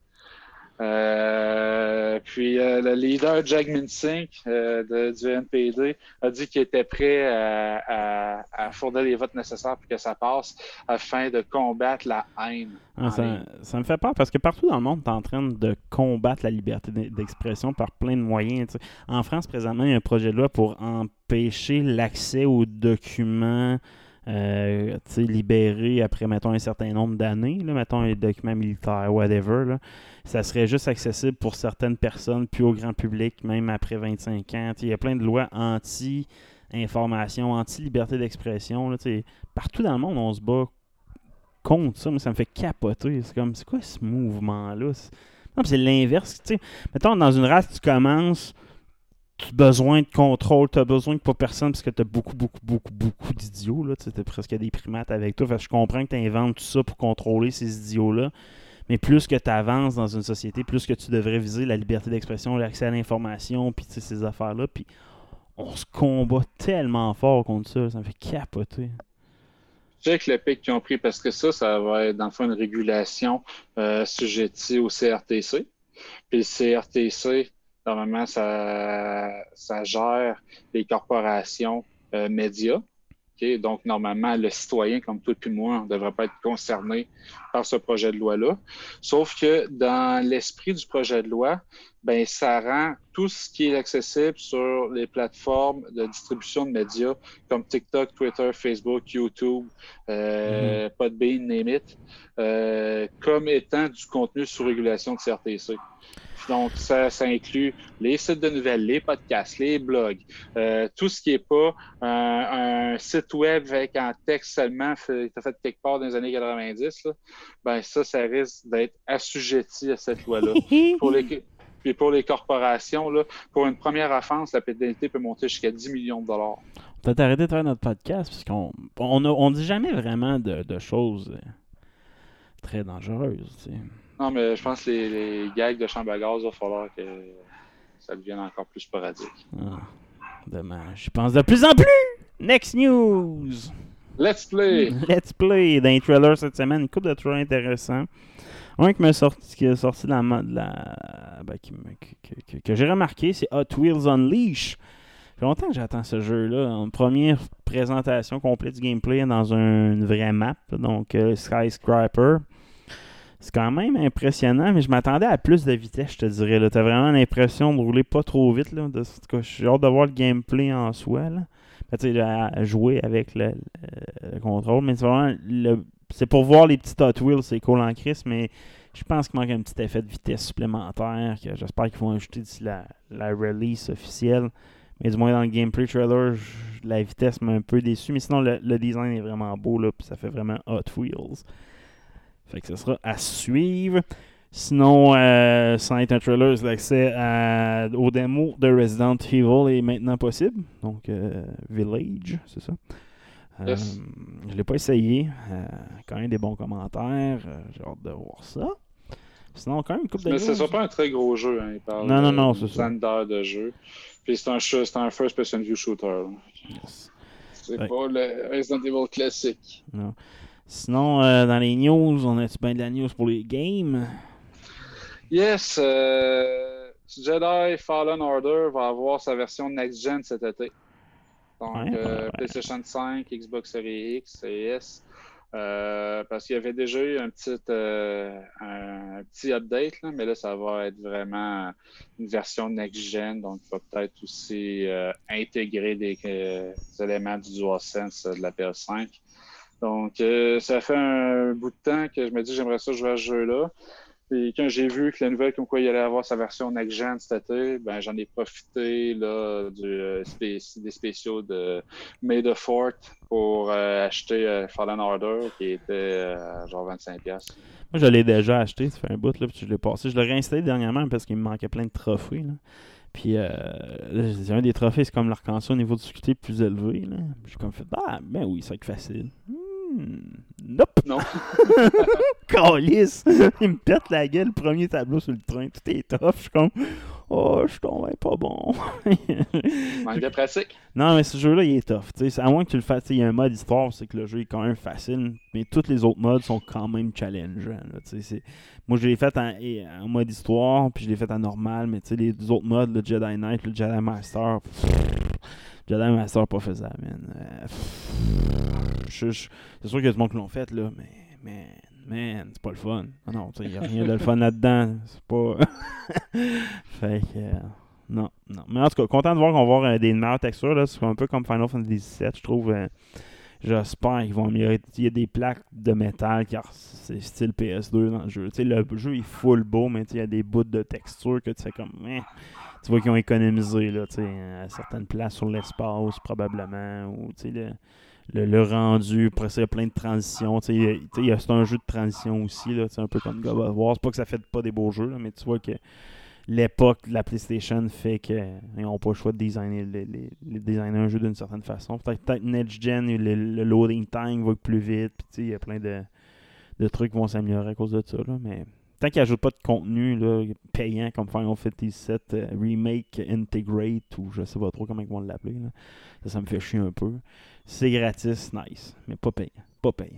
Euh, puis euh, le leader Jack Minsink euh, de, du N P D a dit qu'il était prêt à, à, à fournir les votes nécessaires pour que ça passe afin de combattre la haine. Ah, ça, ça me fait peur parce que partout dans le monde, tu es en train de combattre la liberté d'expression par plein de moyens. T'sais. En France, présentement, il y a un projet de loi pour empêcher l'accès aux documents euh, libérés après, mettons, un certain nombre d'années. Là, mettons, les documents militaires, whatever. Là. Ça serait juste accessible pour certaines personnes, puis au grand public, même après vingt-cinq ans. Il y a plein de lois anti-information, anti-liberté d'expression. Là, partout dans le monde, on se bat contre ça, mais ça me fait capoter. C'est comme, c'est quoi ce mouvement-là? C'est... Non, c'est l'inverse. T'sais. Mettons, dans une race, tu commences, tu as besoin de contrôle, tu as besoin que pas personne, parce que tu as beaucoup, beaucoup, beaucoup, beaucoup d'idiots. Tu as presque des primates avec toi. Fait que je comprends que tu inventes tout ça pour contrôler ces idiots-là. Mais plus que tu avances dans une société, plus que tu devrais viser la liberté d'expression, l'accès à l'information, puis ces affaires-là. Puis on se combat tellement fort contre ça. Ça me fait capoter. Check le pic qu'ils ont pris parce que ça, ça va être dans le fond une régulation euh, sujettée au C R T C. Puis le C R T C, normalement, ça, ça gère les corporations euh, médias. Okay? Donc, normalement, le citoyen, comme toi et moi, ne devrait pas être concerné par ce projet de loi-là. Sauf que dans l'esprit du projet de loi, ben, ça rend tout ce qui est accessible sur les plateformes de distribution de médias comme TikTok, Twitter, Facebook, YouTube, euh, mm-hmm. Podbean, name it, euh, comme étant du contenu sous régulation de C R T C. Donc, ça, ça inclut les sites de nouvelles, les podcasts, les blogs, euh, tout ce qui n'est pas un, un site web avec un texte seulement fait, fait quelque part dans les années quatre-vingt-dix, là, ben ça, ça risque d'être assujetti à cette loi-là. Pour les, puis pour les corporations, là, pour une première offense, la pénalité peut monter jusqu'à dix millions de dollars. On peut arrêter de faire notre podcast parce qu'on on, a, on dit jamais vraiment de, de choses très dangereuses. Tu sais. Non, mais je pense que les, les gags de chambre à gaz, il va falloir que ça devienne encore plus sporadique. Ah, dommage. Je pense de plus en plus! Next news! Let's play! Let's play! Dans les trailers cette semaine, une couple de trailers intéressants. Un qui m'a sorti, qui est sorti de la, de la ben, qui, que, que, que j'ai remarqué, c'est Hot Wheels Unleashed. Ça fait longtemps que j'attends ce jeu-là. En première présentation complète du gameplay dans un, une vraie map, donc euh, Skyscraper. C'est quand même impressionnant, mais je m'attendais à plus de vitesse, je te dirais. Tu as vraiment l'impression de rouler pas trop vite. Là. De, j'ai hâte de voir le gameplay en soi. Là. Ben, à jouer avec le, le, le contrôle, mais c'est vraiment le, c'est pour voir les petits Hot Wheels, c'est cool en crise, mais je pense qu'il manque un petit effet de vitesse supplémentaire que j'espère qu'ils vont ajouter d'ici la, la release officielle. Mais du moins dans le gameplay trailer, je, la vitesse m'a un peu déçu, mais sinon le, le design est vraiment beau, là, puis ça fait vraiment Hot Wheels. Fait que ce sera à suivre. Sinon, euh, sans être un trailer, l'accès à, aux démos de Resident Evil est maintenant possible. Donc, euh, Village, c'est ça. Euh, yes. Je ne l'ai pas essayé. Euh, quand même des bons commentaires. Euh, j'ai hâte de voir ça. Sinon, quand même une couple de Mais ce ne sera pas un très gros jeu. Hein. Il parle non, non, de, non, c'est ça. d'heures de jeu. Puis c'est un, c'est un first-person view shooter. Yes. C'est ouais. pas le Resident Evil classique. Non. Sinon, euh, dans les news, on a-tu bien de la news pour les games? Yes, euh, Jedi Fallen Order va avoir sa version next-gen cet été. Donc, ouais, euh, ouais. PlayStation cinq, Xbox Series X et S. Euh, parce qu'il y avait déjà eu un petit, euh, un, un petit update, là, mais là, ça va être vraiment une version next-gen. Donc, il va peut-être aussi euh, intégrer des, euh, des éléments du DualSense euh, de la P S cinq. Donc, euh, ça fait un bout de temps que je me dis que j'aimerais ça jouer à ce jeu-là. Puis quand j'ai vu que la nouvelle comme quoi il allait avoir sa version next-gen cet été, ben j'en ai profité là, du, euh, spéc- des spéciaux de May the fourth pour euh, acheter euh, Fallen Order qui était euh, genre vingt-cinq dollars. Moi, je l'ai déjà acheté, ça fait un bout, là, puis je l'ai passé. Je l'ai réinstallé dernièrement parce qu'il me manquait plein de trophées. Là. Puis, euh, là, un des trophées, c'est comme l'arc-en-ciel au niveau de difficulté plus élevé. Là. J'ai comme fait, ah, ben oui, ça va être facile. Hmm, nope! Non! Calice! Il me pète la gueule, le premier tableau sur le train, tout est tough. Je suis comme, oh, je suis tombé pas bon. Manque de pratique? Non, mais ce jeu-là, il est tough. T'sais, à moins que tu le fasses, il y a un mode histoire, c'est que le jeu est quand même facile, mais tous les autres modes sont quand même challengeants. Là, c'est... Moi, je l'ai fait en, en mode histoire, puis je l'ai fait en normal, mais les autres modes, le Jedi Knight, le Jedi Master, pff, Jedi Master pas faisable, man. Euh, je, je, c'est sûr qu'il y a du monde qui l'ont fait, là, mais, man, man, c'est pas le fun. Ah non, il n'y a rien de le fun là-dedans. C'est pas. Fait que. Euh, non, non. Mais en tout cas, content de voir qu'on va avoir euh, des meilleures textures, là. C'est un peu comme Final Fantasy sept, je trouve. Euh, j'espère qu'ils vont améliorer. Il y a des plaques de métal, car c'est style P S deux dans le jeu. T'sais, le jeu est full beau, mais il y a des bouts de texture que tu fais comme. Eh. Tu vois qu'ils ont économisé là, à certaines places sur l'espace, probablement. Ou le, le, le rendu. Après ça, il y a plein de transitions. T'sais, t'sais, c'est un jeu de transition aussi, là, un peu comme God of War. C'est pas que ça fait pas des beaux jeux, là, mais tu vois que l'époque de la PlayStation fait qu'ils n'ont pas le choix de designer, les, les, les designer un jeu d'une certaine façon. Peut-être, peut-être next-gen, le, le loading time va plus vite. Il y a plein de, de trucs qui vont s'améliorer à cause de ça. Là, mais tant qu'ils n'ajoutent pas de contenu là, payant comme Final Fantasy sept uh, Remake Integrate ou je sais pas trop comment ils vont l'appeler. Là. Ça, ça me fait chier un peu. C'est gratis, nice. Mais pas payant. Pas payant.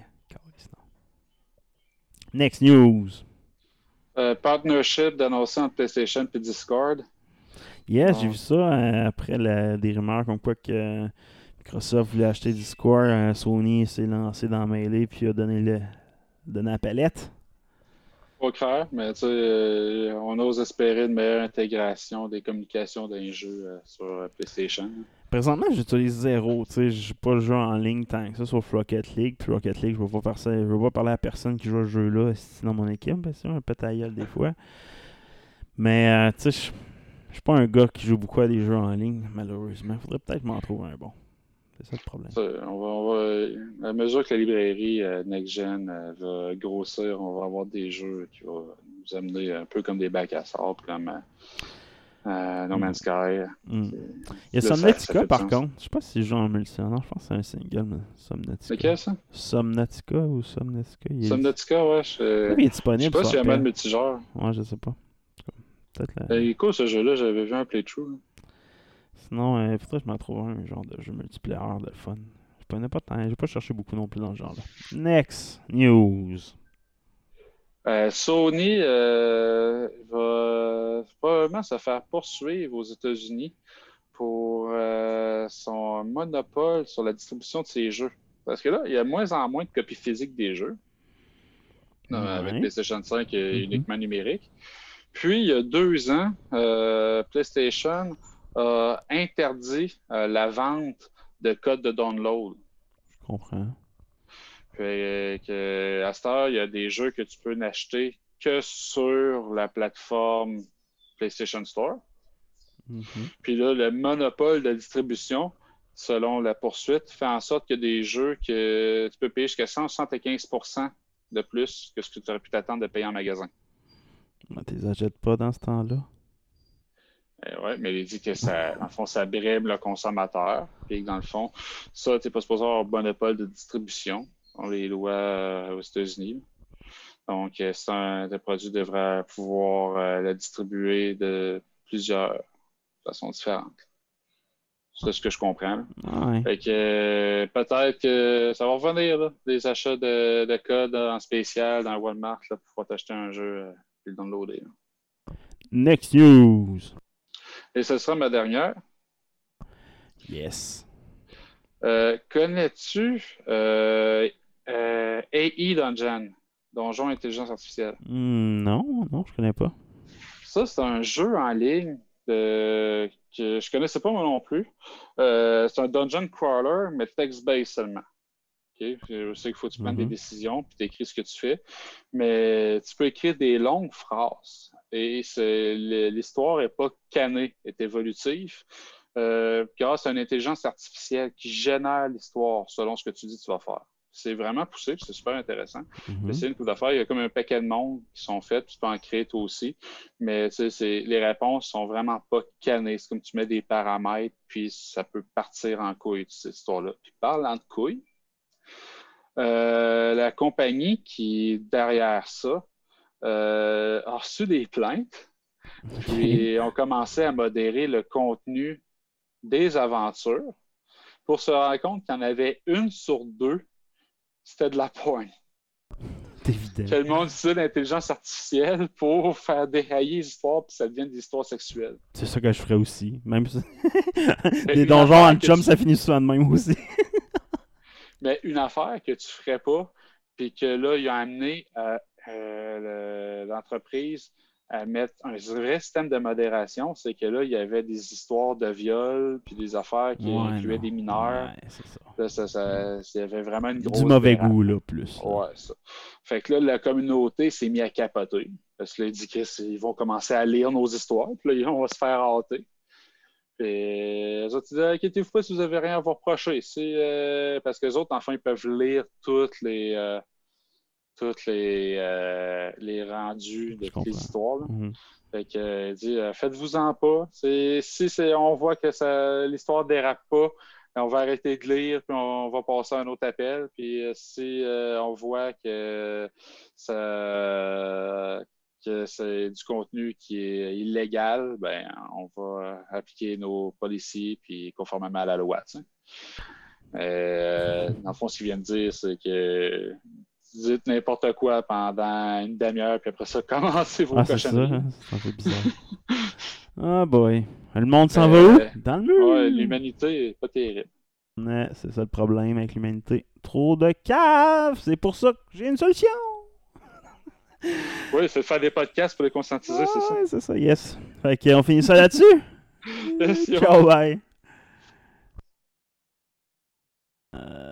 Next news. Euh, partnership d'annoncer entre PlayStation et Discord. Yes, oh. j'ai vu ça euh, après la, des rumeurs comme quoi que euh, Microsoft voulait acheter Discord. Euh, Sony s'est lancé dans Melee puis a donné, le, donné la palette. Pas clair, mais tu sais, euh, on ose espérer une meilleure intégration des communications d'un jeu euh, sur euh, PlayStation. Présentement, j'utilise zéro. Tu sais, je joue pas le jeu en ligne tant que ça sur Rocket League. Puis Rocket League, je veux pas faire ça, je veux pas parler à personne qui joue à ce jeu-là dans mon équipe. Bien sûr, un peu ta gueule des fois. Mais, euh, tu sais, je je suis pas un gars qui joue beaucoup à des jeux en ligne, malheureusement. Faudrait peut-être m'en trouver un bon. C'est ça le problème. Ça, on va, on va, à mesure que la librairie euh, Next Gen euh, va grossir, on va avoir des jeux qui vont nous amener un peu comme des bacs à sable, comme euh, euh, No Man's Sky. Mm. C'est- Il y a là, ça- Somnatica, ça fait par sens. contre. Je sais pas si je joue en multijoueur. Je pense que c'est un single, mais Somnatica. C'est quel, ça? Somnatica ou Somnatica? Il est... Somnatica, ouais. Je Je sais pas, il est je sais disponible pas sur s'il y a un mode P S. multijoueur. Ouais, je sais pas. Peut-être la... Euh, Il est cool, ce jeu-là. J'avais vu un playthrough. là. Sinon, il faudrait que je m'en trouve un genre de jeu multiplayer de fun. Je connais pas tant. J'ai pas cherché beaucoup non plus dans le genre-là. Next news. Euh, Sony euh, va probablement se faire poursuivre aux États-Unis pour euh, son monopole sur la distribution de ses jeux. Parce que là, il y a de moins en moins de copies physiques des jeux. Euh, Ouais. Avec PlayStation cinq euh, Mhm. uniquement numérique. Puis, il y a deux ans, euh, PlayStation a interdit euh, la vente de codes de download. Je comprends. Puis, euh, que, à cette heure, il y a des jeux que tu peux n'acheter que sur la plateforme PlayStation Store. Mhm. Puis là, le monopole de distribution, selon la poursuite, fait en sorte qu'il y a des jeux que tu peux payer jusqu'à cent soixante-quinze pour cent de plus que ce que tu aurais pu t'attendre de payer en magasin. Ben, tu les achètes pas dans ce temps-là. Euh, ouais, mais il dit que ça, dans le fond, ça brime le consommateur. Puis que dans le fond, ça, tu n'es pas supposé avoir un monopole de distribution dans les lois euh, aux États-Unis. Donc, euh, c'est un des produits devrait pouvoir euh, la distribuer de plusieurs façons différentes. C'est ce que je comprends. là. Ouais. Fait que euh, peut-être que ça va revenir, là, des achats de, de codes en spécial dans Walmart là, pour pouvoir t'acheter un jeu euh, et le downloader. là. Next news. Et ce sera ma dernière. Yes. Euh, connais-tu euh, euh, A I Dungeon, Donjon Intelligence Artificielle? Hmm, non, non, je connais pas. Ça, c'est un jeu en ligne de- que je connaissais pas moi non plus. Euh, c'est un dungeon crawler, mais text-based seulement. Ok? Je sais qu'il faut que tu prennes Mhm. des décisions puis tu écris ce que tu fais, mais tu peux écrire des longues phrases. Et c'est- le- l'histoire n'est pas canée, est évolutive. Euh, grâce à une intelligence artificielle qui génère l'histoire selon ce que tu dis que tu vas faire. C'est vraiment poussé, puis c'est super intéressant. Mhm. C'est une coupe d'affaires, il y a comme un paquet de monde qui sont faits, puis tu peux en créer toi aussi. Mais tu sais, c'est- les réponses sont vraiment pas cannées. C'est comme tu mets des paramètres, puis ça peut partir en couille, cette histoire-là. Puis parlant de couilles, euh, la compagnie qui est derrière ça euh, a reçu des plaintes, puis ont commencé à modérer le contenu des aventures pour se rendre compte qu'il y en avait une sur deux, c'était de la pointe. C'est évident. Que le monde utilise l'intelligence artificielle pour faire dérailler les histoires puis ça devient des histoires sexuelles. C'est ça que je ferais aussi. Même si... Mais Des une donjons affaire en que chum, tu- ça finit souvent de même aussi. Mais une affaire que tu ferais pas, puis que là, il a amené euh, euh, le- l'entreprise à mettre un vrai système de modération, c'est que là, il y avait des histoires de viol, puis des affaires qui Ouais, incluaient non. des mineurs. Ouais, c'est ça. Là, ça, ça- il y avait vraiment une grosse Du mauvais dérape. goût, là, plus. là. Ouais, ça. Fait que là, la communauté s'est mise à capoter. Parce que là, ils disent qu'ils vont commencer à lire nos histoires. Puis là, on va se faire hâter. Puis les autres, ils disent, inquiétez-vous pas si vous n'avez rien à vous reprocher. C'est, euh, parce que les autres, enfin, ils peuvent lire toutes les, euh, toutes les, euh, les rendus de Je toutes les comprends. histoires. là. Mhm. Fait que, euh, il dit, euh, faites-vous-en pas. C'est, si c'est, on voit que ça, l'histoire dérape pas, on va arrêter de lire, puis on va passer à un autre appel. Puis euh, si euh, on voit que, ça, que c'est du contenu qui est illégal, ben on va appliquer nos policiers, puis conformément à la loi. Tu sais. Euh, dans le fond, ce qu'il vient de dire, c'est que dites n'importe quoi pendant une demi-heure, puis après ça, commencez vos Ah, c'est ça, cochonneries. hein? C'est un peu bizarre. Ah, boy. Le monde s'en Euh, va où? Dans le mur! Ouais, l'humanité n'est pas terrible. Ouais, c'est ça le problème avec l'humanité. Trop de caves! C'est pour ça que j'ai une solution! Oui, c'est de faire des podcasts pour les conscientiser, c'est ça. Ouais, c'est ça, yes. Fait qu'on finit ça là-dessus? Yes, yo. Ciao, bye! Euh...